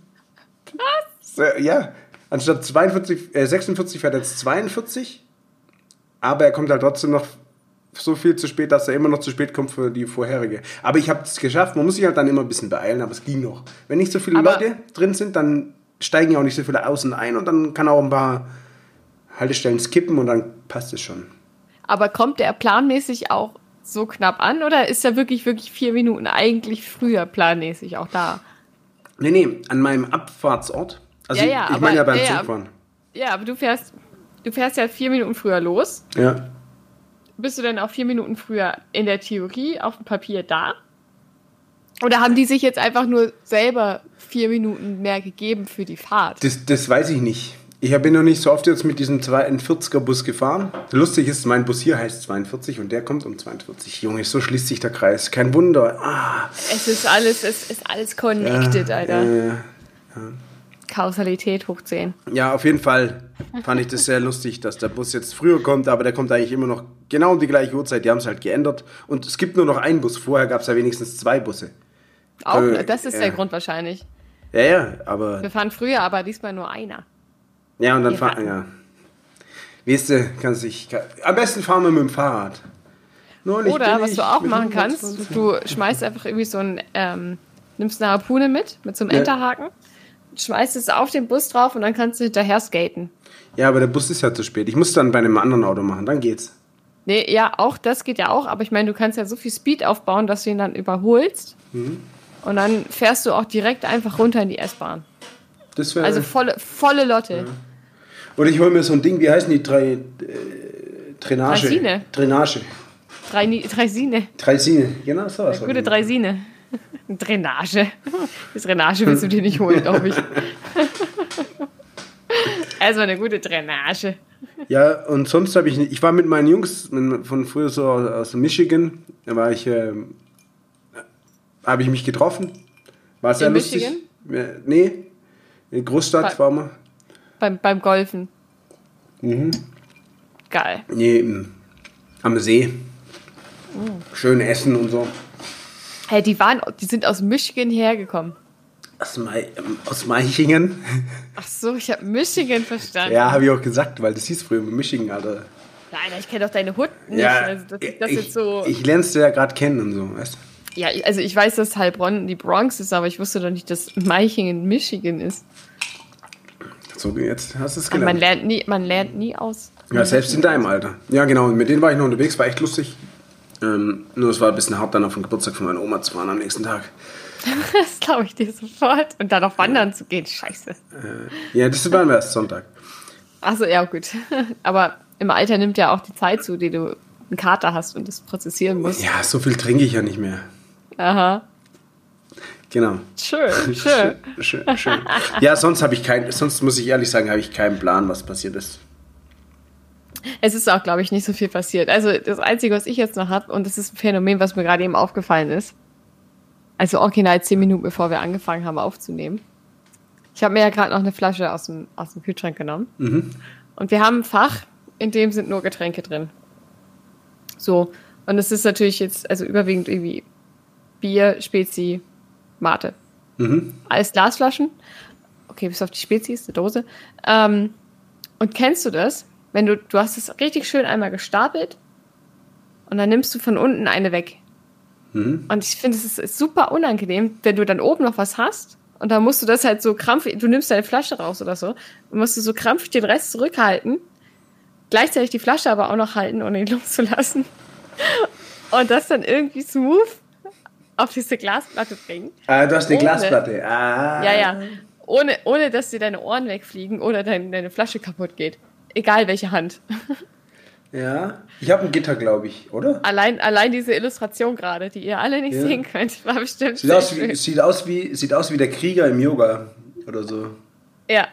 Anstatt 46 fährt er jetzt 42. Aber er kommt halt trotzdem noch so viel zu spät, dass er immer noch zu spät kommt für die vorherige. Aber ich habe es geschafft. Man muss sich halt dann immer ein bisschen beeilen, aber es ging noch. Wenn nicht so viele Leute drin sind, dann steigen ja auch nicht so viele außen ein und dann kann auch ein paar Haltestellen skippen und dann passt es schon. Aber kommt der planmäßig auch so knapp an oder ist er wirklich 4 Minuten eigentlich früher planmäßig auch da? Nee, an meinem Abfahrtsort. Also ich meine ja beim Zugfahren. Ja, aber du fährst ja 4 Minuten früher los. Ja. Bist du denn auch 4 Minuten früher in der Theorie auf dem Papier da? Oder haben die sich jetzt einfach nur selber 4 Minuten mehr gegeben für die Fahrt? Das weiß ich nicht. Ich bin noch nicht so oft jetzt mit diesem 42er-Bus gefahren. Lustig ist, mein Bus hier heißt 42 und der kommt um 42. Junge, so schließt sich der Kreis. Kein Wunder. Es ist alles connected, Alter. Ja. Kausalität hoch 10. Ja, auf jeden Fall fand ich das sehr lustig, dass der Bus jetzt früher kommt, aber der kommt eigentlich immer noch genau um die gleiche Uhrzeit. Die haben es halt geändert. Und es gibt nur noch einen Bus. Vorher gab es ja wenigstens 2 Busse. Auch, das ist der Grund wahrscheinlich. Ja, aber... Wir fahren früher, aber diesmal nur einer. Ja, und dann fahren... Ja. Weißt du, am besten fahren wir mit dem Fahrrad. Oder, was du auch machen kannst, du schmeißt einfach irgendwie so nimmst eine Harpune mit so einem Enterhaken, schmeißt es auf den Bus drauf und dann kannst du hinterher skaten. Ja, aber der Bus ist ja zu spät. Ich muss dann bei einem anderen Auto machen, dann geht's. Nee, ja, auch das geht ja auch, aber ich meine, du kannst ja so viel Speed aufbauen, dass du ihn dann überholst und dann fährst du auch direkt einfach runter in die S-Bahn. Also volle Lotte. Ja. Oder ich hole mir so ein Ding, wie heißen die? Drainage. Dreisine, genau so was. Gute Dreisine. Drainage. Das Drainage willst du dir nicht holen, glaube ich. Also eine gute Drainage. Ja, und sonst ich war mit meinen Jungs von früher so aus Michigan, da habe ich mich getroffen. War sehr lustig. Michigan? Nee, in Großstadt waren wir. Beim Golfen. Mhm. Geil. Nee, am See. Schön essen und so. Hey, die sind aus Michigan hergekommen. Aus Meichingen. Ach so, ich habe Michigan verstanden. Ja, habe ich auch gesagt, weil das hieß früher Michigan, Alter. Nein, ich kenne doch deine Hut nicht. Ja, Also, dass ich das jetzt so. Ich lernst du ja gerade kennen und so, weißt du? Ja, also ich weiß, dass Heilbronn die Bronx ist, aber ich wusste doch nicht, dass Meichingen Michigan ist. So, jetzt hast du es Aber gelernt. man lernt nie aus. Ja, selbst in deinem Alter. Ja, genau. Und mit denen war ich noch unterwegs, war echt lustig. Nur es war ein bisschen hart, dann auf den Geburtstag von meiner Oma zu fahren am nächsten Tag. Das glaube ich dir sofort. Und dann auf Wandern zu gehen, scheiße. Ja, das war erst Sonntag. Achso, ja, gut. Aber im Alter nimmt ja auch die Zeit zu, die du einen Kater hast und das prozessieren musst. Ja, so viel trinke ich ja nicht mehr. Aha. Genau. Schön. Schön. Ja, sonst muss ich ehrlich sagen, habe ich keinen Plan, was passiert ist. Es ist auch, glaube ich, nicht so viel passiert. Also das Einzige, was ich jetzt noch habe, und das ist ein Phänomen, was mir gerade eben aufgefallen ist, also original 10 Minuten, bevor wir angefangen haben aufzunehmen. Ich habe mir ja gerade noch eine Flasche aus dem Kühlschrank genommen. Mhm. Und wir haben ein Fach, in dem sind nur Getränke drin. So, und es ist natürlich jetzt, also überwiegend irgendwie Bier, Spezi, Mate. Mhm. Alles Glasflaschen. Okay, bis auf die Spezi ist eine Dose. Und kennst du das? Wenn du hast es richtig schön einmal gestapelt und dann nimmst du von unten eine weg. Mhm. Und ich finde, es ist super unangenehm, wenn du dann oben noch was hast und dann musst du das halt so krampfig, du nimmst deine Flasche raus oder so, und musst du so krampfig den Rest zurückhalten, gleichzeitig die Flasche aber auch noch halten, ohne ihn loszulassen. Und das dann irgendwie smooth auf diese Glasplatte bringen. Ah, du hast eine Glasplatte. Ah. Ja. Ohne, dass dir deine Ohren wegfliegen oder deine Flasche kaputt geht. Egal welche Hand. Ja, ich habe ein Gitter, glaube ich, oder? Allein diese Illustration gerade, die ihr alle nicht sehen könnt, war bestimmt sieht aus wie der Krieger im Yoga oder so. Ja,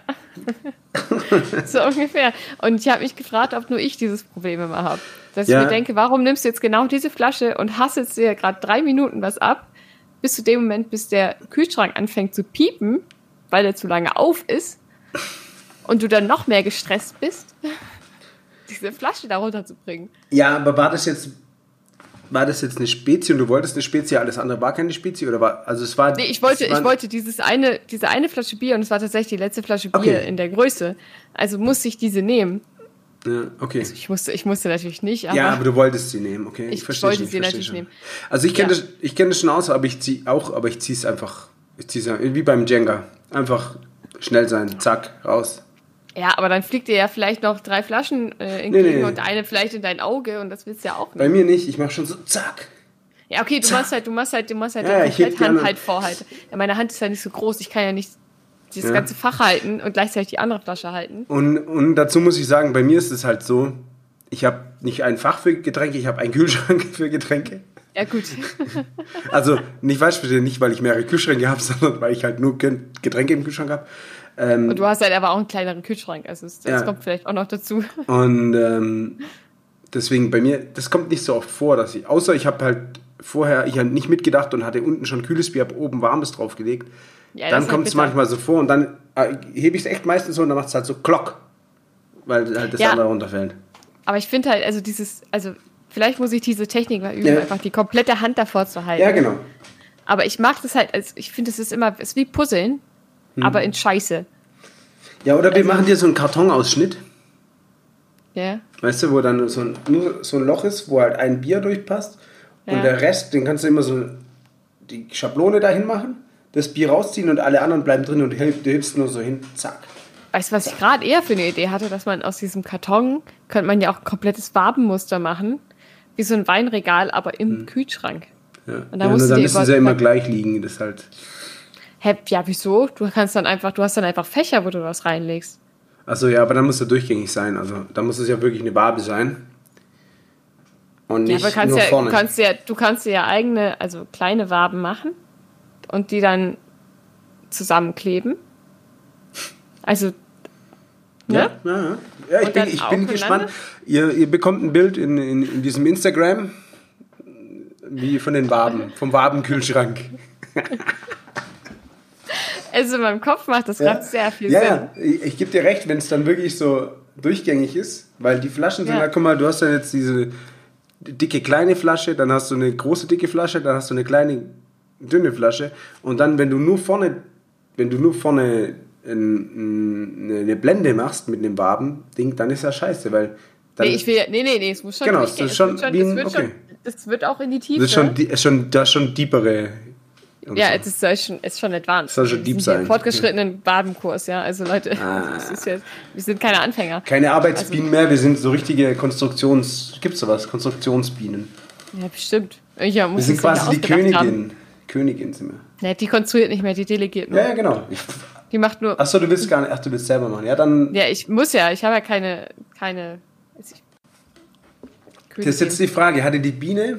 so ungefähr. Und ich habe mich gefragt, ob nur ich dieses Problem immer habe. Dass ich mir denke, warum nimmst du jetzt genau diese Flasche und hasselst dir gerade 3 Minuten was ab, bis zu dem Moment, bis der Kühlschrank anfängt zu piepen, weil der zu lange auf ist und du dann noch mehr gestresst bist, diese Flasche da runterzubringen. Ja, aber war das jetzt eine Spezie und du wolltest eine Spezie, alles andere war keine Spezie oder war, also es war... Nee, ich wollte diese eine Flasche Bier und es war tatsächlich die letzte Flasche Bier in der Größe. Also musste ich diese nehmen. Ja, okay. Also ich musste natürlich nicht, aber... Ja, aber du wolltest sie nehmen, okay. Ich wollte sie natürlich nehmen. Also ich kenne das schon aus, aber ich ziehe es einfach, wie beim Jenga. Einfach schnell sein, zack, raus. Ja, aber dann fliegt dir ja vielleicht noch 3 Flaschen entgegen und eine vielleicht in dein Auge und das willst du ja auch nicht. Bei mir nicht, ich mache schon so zack. Ja, okay, du machst halt die komplette Hand halt vorhalten. Ja, meine Hand ist ja nicht so groß, ich kann ja nicht dieses ganze Fach halten und gleichzeitig die andere Flasche halten. Und dazu muss ich sagen, bei mir ist es halt so, ich habe nicht ein Fach für Getränke, ich habe einen Kühlschrank für Getränke. Ja, gut. Also, nicht falsch verstehen, nicht weil ich mehrere Kühlschränke habe, sondern weil ich halt nur Getränke im Kühlschrank habe. Und du hast halt aber auch einen kleineren Kühlschrank, also das kommt vielleicht auch noch dazu. Und deswegen bei mir, das kommt nicht so oft vor, dass außer ich habe halt vorher, ich habe nicht mitgedacht und hatte unten schon kühles Bier, habe oben warmes draufgelegt. Ja, dann kommt es manchmal so vor und dann hebe ich es echt meistens so und dann macht es halt so Klock, weil halt das andere runterfällt. Aber ich finde halt, vielleicht muss ich diese Technik mal üben, einfach die komplette Hand davor zu halten. Ja, genau. Aber ich mag das halt, ich finde, es ist wie Puzzeln, aber in Scheiße. Ja, oder wir machen dir so einen Kartonausschnitt. Ja. Weißt du, wo dann nur so ein Loch ist, wo halt ein Bier durchpasst. Und der Rest, den kannst du immer so die Schablone dahin machen, das Bier rausziehen und alle anderen bleiben drin und du hilfst nur so hin, zack. Weißt du, was ich gerade eher für eine Idee hatte, dass man aus diesem Karton, könnte man ja auch ein komplettes Wabenmuster machen, wie so ein Weinregal, aber im Kühlschrank. Ja, und dann müssen sie ja immer gleich liegen, das halt... Ja, wieso? Du hast dann einfach Fächer, wo du was reinlegst. Achso, ja, aber dann muss er durchgängig sein. Also da muss es ja wirklich eine Wabe sein. Und nicht nur vorne. Du kannst ja eigene, also kleine Waben machen und die dann zusammenkleben. Also, ne? Ja, ich bin gespannt. Ihr bekommt ein Bild in diesem Instagram, wie von den Waben, vom Wabenkühlschrank. Also in meinem Kopf macht das gerade sehr viel Sinn. Ja, ich gebe dir recht, wenn es dann wirklich so durchgängig ist, weil die Flaschen sind, guck mal, du hast dann jetzt diese dicke kleine Flasche, dann hast du eine große dicke Flasche, dann hast du eine kleine dünne Flasche und dann, wenn du nur vorne eine Blende machst mit einem Wabending, dann ist das scheiße, weil Dann, nee, es muss schon genau, durchgehen. das ist schon Es wird auch in die Tiefe. Das ist schon deepere. Ja, es ist schon advanced. Es soll schon deep sein. Fortgeschrittenen Badenkurs, ja. Also Leute, wir sind keine Anfänger. Keine Arbeitsbienen mehr, wir sind so richtige gibt's sowas? Konstruktionsbienen. Ja, bestimmt. Wir sind quasi die Königin. Königin sind wir. Ja, die konstruiert nicht mehr, die delegiert nur. Ja, genau. Die macht nur... Achso, du willst gar nicht, du willst selber machen. Ja, dann... Ja, ich habe ja keine das ist jetzt die Frage, hatte die Biene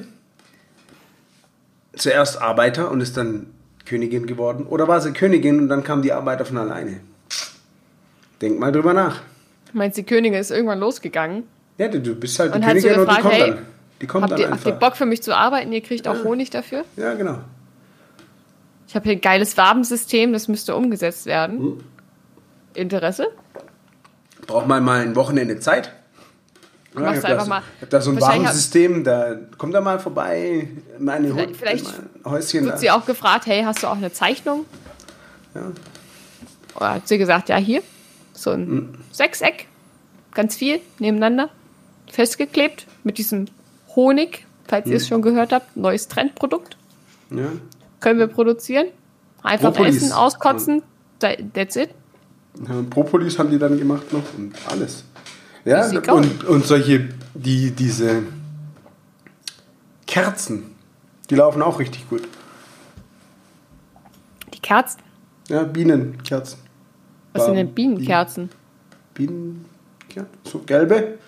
zuerst Arbeiter und ist dann Königin geworden? Oder war sie Königin und dann kamen die Arbeiter von alleine? Denk mal drüber nach. Meinst du, die Königin ist irgendwann losgegangen? Ja, du bist halt die und Königin so gefragt, und die kommt dann. Die kommt dann einfach. Habt ihr Bock für mich zu arbeiten? Ihr kriegt auch Honig dafür? Ja, genau. Ich habe hier ein geiles Wabensystem, das müsste umgesetzt werden. Interesse? Braucht man mal ein Wochenende Zeit? Ja, Machst du einfach mal. Ich habe da so ein Wabensystem, da kommt da mal vorbei. Vielleicht Häuschen wird sie auch gefragt, hey, hast du auch eine Zeichnung? Ja. Oder hat sie gesagt, ja, hier, so ein Sechseck, ganz viel nebeneinander, festgeklebt mit diesem Honig, falls ihr es schon gehört habt, neues Trendprodukt. Ja. Können wir produzieren. Einfach Propolis. essen, auskotzen, that's it. Ja, Propolis haben die dann gemacht noch und alles. Ja, Musik und solche, diese Kerzen, die laufen auch richtig gut. Die Kerzen? Ja, Bienenkerzen. Was sind denn Bienenkerzen? Bienenkerzen? So gelbe?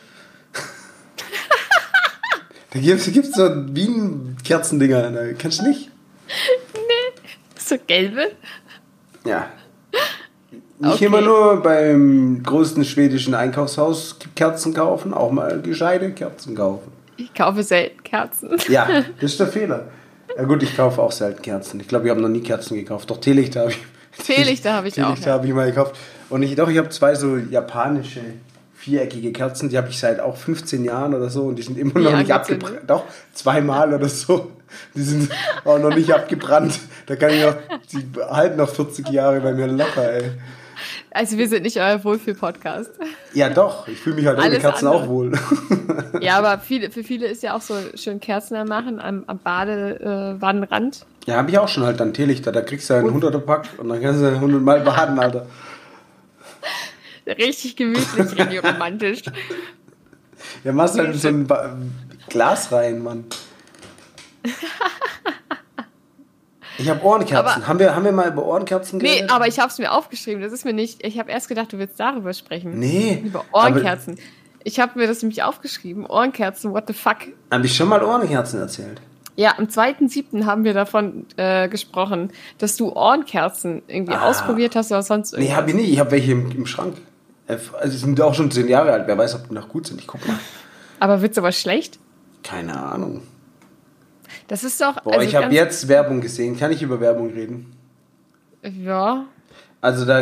Da gibt's so Bienenkerzendinger, da kennst du nicht? Nee. So gelbe? Ja. Nicht immer nur beim größten schwedischen Einkaufshaus Kerzen kaufen, auch mal gescheite Kerzen kaufen. Ich kaufe selten Kerzen. Ja, das ist der Fehler. Ja gut, ich kaufe auch selten Kerzen. Ich glaube, ich habe noch nie Kerzen gekauft. Doch Teelichter habe ich. Teelichter habe ich auch. Teelichter habe ich mal gekauft. Und ich habe 2 so japanische viereckige Kerzen, die habe ich seit auch 15 Jahren oder so und die sind immer noch nicht abgebrannt. Doch, 2-mal oder so. Die sind auch noch nicht abgebrannt. Da kann ich noch, die halten noch 40 Jahre bei mir locker, ey. Also wir sind nicht euer Wohlfühl-Podcast. Ja doch, ich fühle mich halt ohne Kerzen auch wohl. Ja, aber für viele ist ja auch so schön Kerzen anmachen am Badewannenrand. Ja, habe ich auch schon halt dann Teelichter. Da kriegst du einen 100er-Pack und dann kannst du 100 Mal baden, Alter. Richtig gemütlich, richtig romantisch. Ja, machst halt so ein Glas rein, Mann. Ich habe Ohrenkerzen. Haben wir mal über Ohrenkerzen geredet? Nee, aber ich habe es mir aufgeschrieben. Das ist mir nicht. Ich habe erst gedacht, du willst darüber sprechen. Nee. Über Ohrenkerzen. Ich habe mir das nämlich aufgeschrieben. Ohrenkerzen, what the fuck? Habe ich schon mal Ohrenkerzen erzählt? Ja, am 2.7. haben wir davon gesprochen, dass du Ohrenkerzen irgendwie ausprobiert hast oder sonst irgendwas. Nee, habe ich nicht. Ich habe welche im Schrank. Also, die sind auch schon 10 Jahre alt. Wer weiß, ob die noch gut sind. Ich guck mal. Aber wird's aber schlecht? Keine Ahnung. Das ist doch... Boah, ich habe jetzt Werbung gesehen. Kann ich über Werbung reden? Ja. Also da...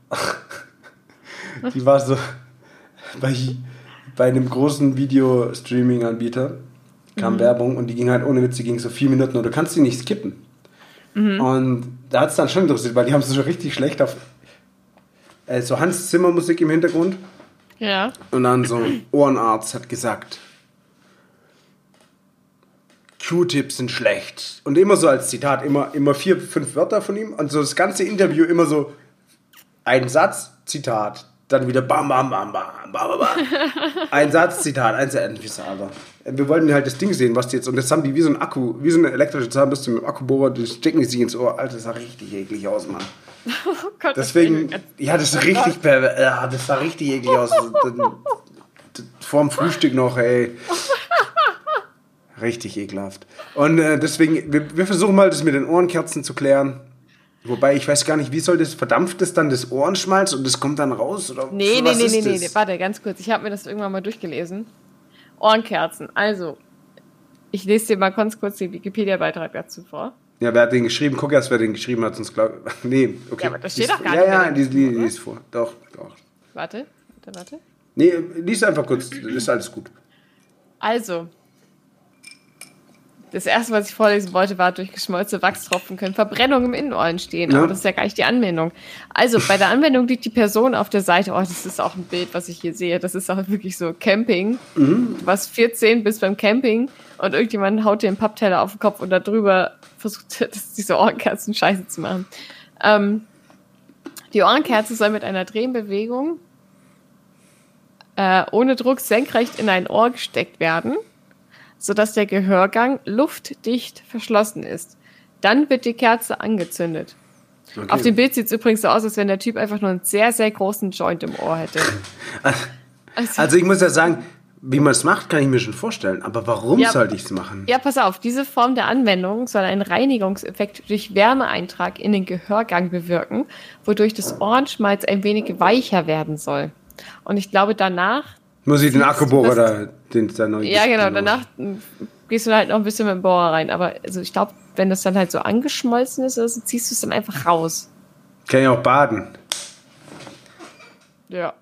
die war so... Bei einem großen Video-Streaming-Anbieter kam Werbung und die ging halt ohne Witz, die ging so 4 Minuten und du kannst die nicht skippen. Und da hat es dann schon interessiert, weil die haben es schon richtig schlecht auf... so Hans Zimmer Musik im Hintergrund. Ja. Und dann so ein Ohrenarzt hat gesagt... Q-Tips sind schlecht. Und immer so als Zitat, immer 4, 5 Wörter von ihm. Und so das ganze Interview immer so ein Satz, Zitat. Dann wieder bam, bam, bam, bam, bam, bam. Ein Satz, Zitat, ein Satz. Aber wir wollten halt das Ding sehen, was die jetzt... Und das haben die wie so ein Akku, wie so eine elektrische Zahnbürste mit dem Akkubohrer, die stecken die sich ins Ohr. Alter, das sah richtig eklig aus, Mann. Oh Gott, deswegen, ja, das ist richtig pervers. Ja, das sah richtig eklig aus. Vorm Frühstück noch, ey. Richtig ekelhaft. Und deswegen, wir versuchen mal, das mit den Ohrenkerzen zu klären. Wobei, ich weiß gar nicht, wie soll das, verdampft das dann das Ohrenschmalz und das kommt dann raus? Oder nee, warte, ganz kurz. Ich habe mir das irgendwann mal durchgelesen. Ohrenkerzen. Also, ich lese dir mal ganz kurz den Wikipedia-Beitrag dazu vor. Ja, wer hat den geschrieben? Guck erst, wer den geschrieben hat, sonst glaube ich... Nee, okay. Ja, aber das steht doch gar nicht. Ja, lies vor. Doch. Warte. Nee, lies einfach kurz, ist alles gut. Also, Das erste, was ich vorlesen wollte, war, durch geschmolzene Wachstropfen können Verbrennungen im Innenohr entstehen. Ja. Aber das ist ja gar nicht die Anwendung. Also bei der Anwendung liegt die Person auf der Seite. Oh, das ist auch ein Bild, was ich hier sehe. Das ist auch wirklich so Camping. Du warst 14, bist beim Camping und irgendjemand haut dir einen Pappteller auf den Kopf und da drüber versucht, diese Ohrenkerzen scheiße zu machen. Die Ohrenkerze soll mit einer Drehbewegung ohne Druck senkrecht in ein Ohr gesteckt werden, sodass der Gehörgang luftdicht verschlossen ist. Dann wird die Kerze angezündet. Okay. Auf dem Bild sieht es übrigens so aus, als wenn der Typ einfach nur einen sehr, sehr großen Joint im Ohr hätte. Also ich muss ja sagen, wie man es macht, kann ich mir schon vorstellen. Aber warum sollte ich es machen? Ja, pass auf, diese Form der Anwendung soll einen Reinigungseffekt durch Wärmeeintrag in den Gehörgang bewirken, wodurch das Ohrenschmalz ein wenig weicher werden soll. Und ich glaube, danach... Muss ich den Akkubohrer da, den da neu... Ja, genau, danach gehst du halt noch ein bisschen mit dem Bohrer rein. Aber also ich glaube, wenn das dann halt so angeschmolzen ist, also ziehst du es dann einfach raus. Kann ich auch baden. Ja.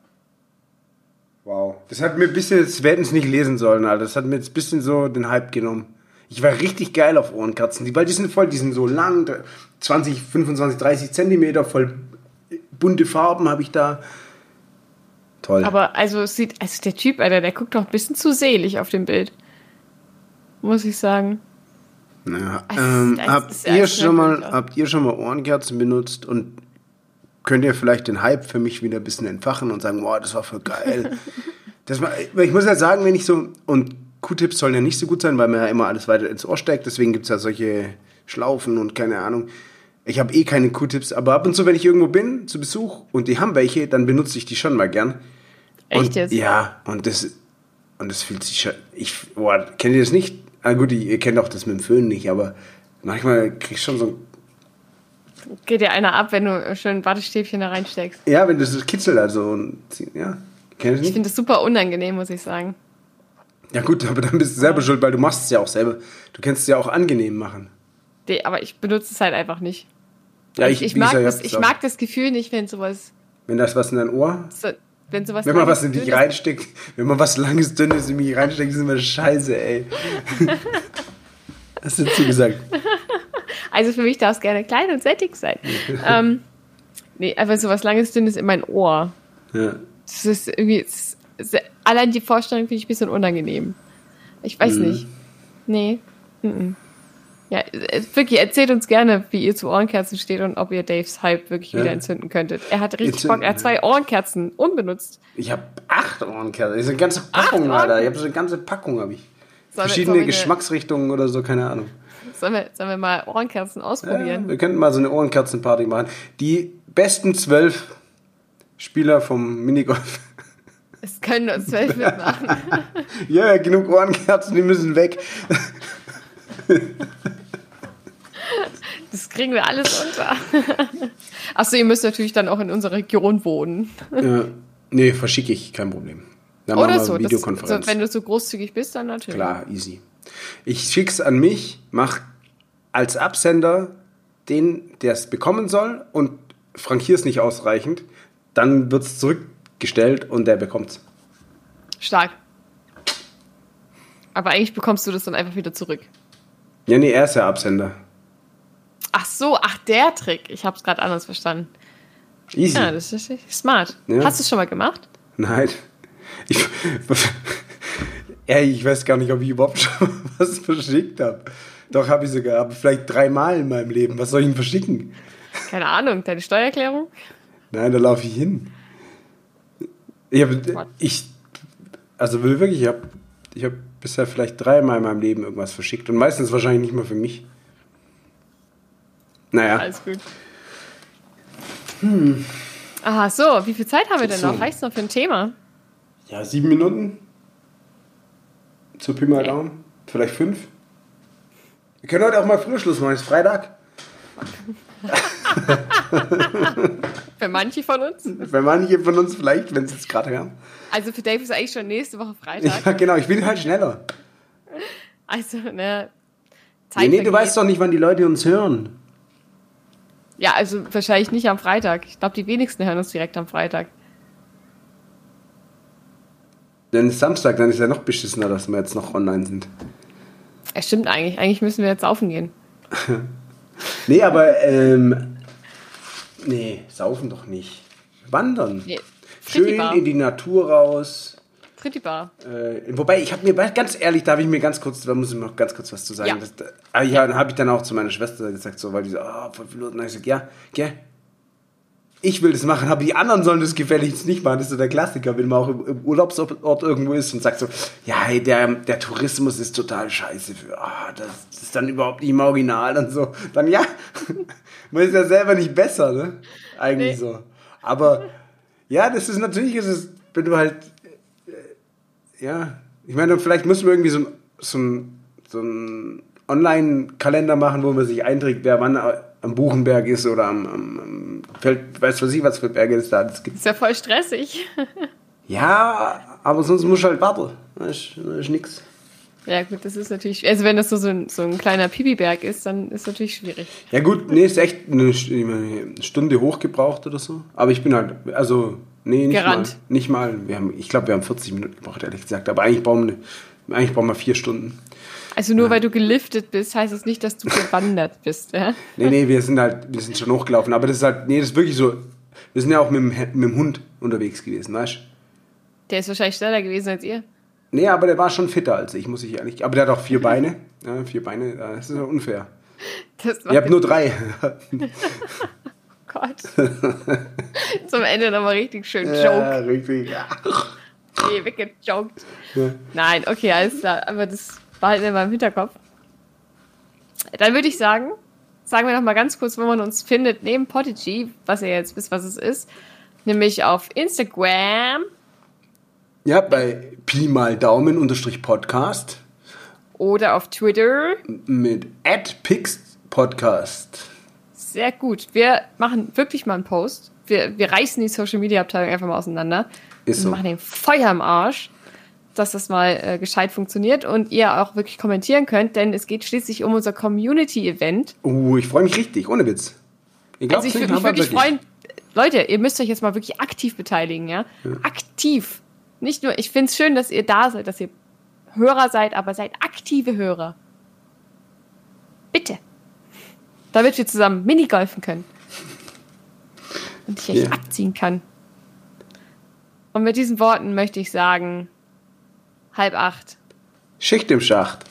Wow. Das hat mir ein bisschen, das hätten es nicht lesen sollen, Alter. Das hat mir jetzt ein bisschen so den Hype genommen. Ich war richtig geil auf Ohrenkerzen, weil die sind so lang, 20, 25, 30 Zentimeter, voll bunte Farben habe ich da. Toll. Aber also der Typ, Alter, der guckt doch ein bisschen zu selig auf dem Bild. Muss ich sagen. Ja, habt ihr schon mal Ohrenkerzen benutzt und könnt ihr vielleicht den Hype für mich wieder ein bisschen entfachen und sagen, wow, das war voll geil. Ich muss ja sagen, wenn ich so, und Q-Tips sollen ja nicht so gut sein, weil man ja immer alles weiter ins Ohr steckt, deswegen gibt es ja solche Schlaufen und keine Ahnung. Ich habe keine Q-Tips, aber ab und zu, wenn ich irgendwo bin, zu Besuch und die haben welche, dann benutze ich die schon mal gern. Echt jetzt? Ja, und das fühlt sich schon, kennt ihr das nicht? Ah gut, ihr kennt auch das mit dem Föhn nicht, aber manchmal kriegst du schon so geht dir einer ab, wenn du schön ein Wattestäbchen da reinsteckst. Ja, wenn das kitzelt also. Ja, kennt ihr nicht? Ich finde das super unangenehm, muss ich sagen. Ja gut, aber dann bist du selber schuld, weil du machst es ja auch selber. Du kannst es ja auch angenehm machen. Aber ich benutze es halt einfach nicht. Ja, ich mag das Gefühl nicht, wenn sowas... Wenn das was in dein Ohr... Wenn man was in dich reinsteckt, wenn man was Langes, Dünnes in mich reinsteckt, ist immer scheiße, ey. Hast du dazu gesagt? Also für mich darf es gerne klein und sättig sein. Nee, einfach so was Langes, Dünnes in mein Ohr. Ja. Das ist irgendwie... allein die Vorstellung finde ich ein bisschen unangenehm. Ich weiß nicht. Nee. Ja, wirklich, erzählt uns gerne, wie ihr zu Ohrenkerzen steht und ob ihr Daves Hype wirklich wieder entzünden könntet. Er hat richtig Bock, er hat 2 Ohrenkerzen unbenutzt. Ich habe 8 Ohrenkerzen. Das ist eine ganze Packung, Alter. Ich habe so eine ganze Packung, habe ich. Verschiedene Geschmacksrichtungen oder so, keine Ahnung. Sollen wir mal Ohrenkerzen ausprobieren? Ja, wir könnten mal so eine Ohrenkerzenparty machen. Die besten 12 Spieler vom Minigolf. Es können nur 12 mitmachen. Ja, genug Ohrenkerzen, die müssen weg. Das kriegen wir alles unter. Achso, ihr müsst natürlich dann auch in unserer Region wohnen. Nee, verschicke ich, kein Problem. Dann oder machen wir so, Videokonferenz. wenn du so großzügig bist, dann natürlich. Klar, easy. Ich schick's an mich, mach als Absender den, der es bekommen soll und frankier's nicht ausreichend, dann wird's zurückgestellt und der bekommt's. Stark. Aber eigentlich bekommst du das dann einfach wieder zurück. Ja, nee, er ist ja Absender. Ach so, der Trick. Ich hab's gerade anders verstanden. Easy. Ja, das ist smart. Ja. Hast du es schon mal gemacht? Nein. Ich weiß gar nicht, ob ich überhaupt schon was verschickt habe. Doch, habe ich sogar. Aber vielleicht 3-mal in meinem Leben. Was soll ich denn verschicken? Keine Ahnung. Deine Steuererklärung? Nein, da laufe ich hin. Ich habe bisher vielleicht 3-mal in meinem Leben irgendwas verschickt. Und meistens wahrscheinlich nicht mal für mich. Naja. Alles gut. Aha, so. Wie viel Zeit haben wir denn noch? Reicht's noch für ein Thema? Ja, 7 Minuten. Zu Pi mal Daumen. Vielleicht 5. Wir können heute auch mal früh Schluss machen. Es ist Freitag. Für manche von uns? Für manche von uns vielleicht, wenn sie es gerade hören. Also für Dave ist eigentlich schon nächste Woche Freitag. Ja, genau. Ich bin halt schneller. Also, ne. Zeit Nee, du weißt doch nicht, wann die Leute uns hören. Ja, also wahrscheinlich nicht am Freitag. Ich glaube, die wenigsten hören uns direkt am Freitag. Dann ist Samstag, dann ist ja noch beschissener, dass wir jetzt noch online sind. Es stimmt eigentlich. Eigentlich müssen wir jetzt saufen gehen. Nee, aber, nee, saufen doch nicht. Wandern. Nee. Schön in die Natur raus. Frittibar. Wobei, ich habe mir, ganz ehrlich, da muss ich noch ganz kurz was zu sagen. Ja. Dann habe ich dann auch zu meiner Schwester gesagt, so, weil die so, voll viel Leute. Und ich gesagt, ja, ich will das machen, aber die anderen sollen das gefälligst nicht machen. Das ist so der Klassiker, wenn man auch im Urlaubsort irgendwo ist und sagt so, ja, hey, der Tourismus ist total scheiße das ist dann überhaupt nicht im Original und so. Dann ja, man ist ja selber nicht besser, ne? Eigentlich so. Aber ja, das ist natürlich, wenn du halt, ja, ich meine, vielleicht müssen wir irgendwie so einen Online-Kalender machen, wo man sich einträgt, wer wann am Buchenberg ist oder am Feld, weißt du was für Berge es da gibt. Ist ja voll stressig. Ja, aber sonst musst du halt warten. Das ist nix. Ja gut, das ist natürlich, also wenn das so ein kleiner Pipi-Berg ist, dann ist es natürlich schwierig. Ja gut, nee, ist echt eine Stunde hochgebraucht oder so. Aber ich bin halt, also, nee, nicht mal. Ich glaube, wir haben 40 Minuten gebraucht, ehrlich gesagt. Aber eigentlich brauchen wir 4 Stunden. Also nur weil du geliftet bist, heißt es nicht, dass du gewandert bist, ja? Nee, wir sind schon hochgelaufen. Aber das ist halt, das ist wirklich so, wir sind ja auch mit dem Hund unterwegs gewesen, weißt du? Der ist wahrscheinlich schneller gewesen als ihr. Nee, aber der war schon fitter als ich, muss ich ehrlich. Aber der hat auch 4 Beine. Ja, 4 Beine, das ist ja unfair. Ich habe nur 3. Gott. Zum Ende nochmal richtig schön Joke. Ja, richtig. Nee, weggejoked. Ja. Nein, okay, alles klar. Aber das behalten wir in meinem Hinterkopf. Dann würde ich sagen wir noch mal ganz kurz, wo man uns findet, neben Podigy, was ihr jetzt wisst, was es ist. Nämlich auf Instagram. Ja, bei Pi mal Daumen _Podcast. Oder auf Twitter. Mit @pixpodcast. Sehr gut. Wir machen wirklich mal einen Post. Wir reißen die Social-Media-Abteilung einfach mal auseinander. Ist so. Und machen den Feuer im Arsch, dass das mal gescheit funktioniert und ihr auch wirklich kommentieren könnt, denn es geht schließlich um unser Community-Event. Ich freue mich richtig, ohne Witz. Ich würde mich wirklich freuen. Leute, ihr müsst euch jetzt mal wirklich aktiv beteiligen, ja? Aktiv. Nicht nur, ich finde es schön, dass ihr da seid, dass ihr Hörer seid, aber seid aktive Hörer. Bitte. Damit wir zusammen Minigolfen können. Und ich euch abziehen kann. Und mit diesen Worten möchte ich sagen, 7:30. Schicht im Schacht.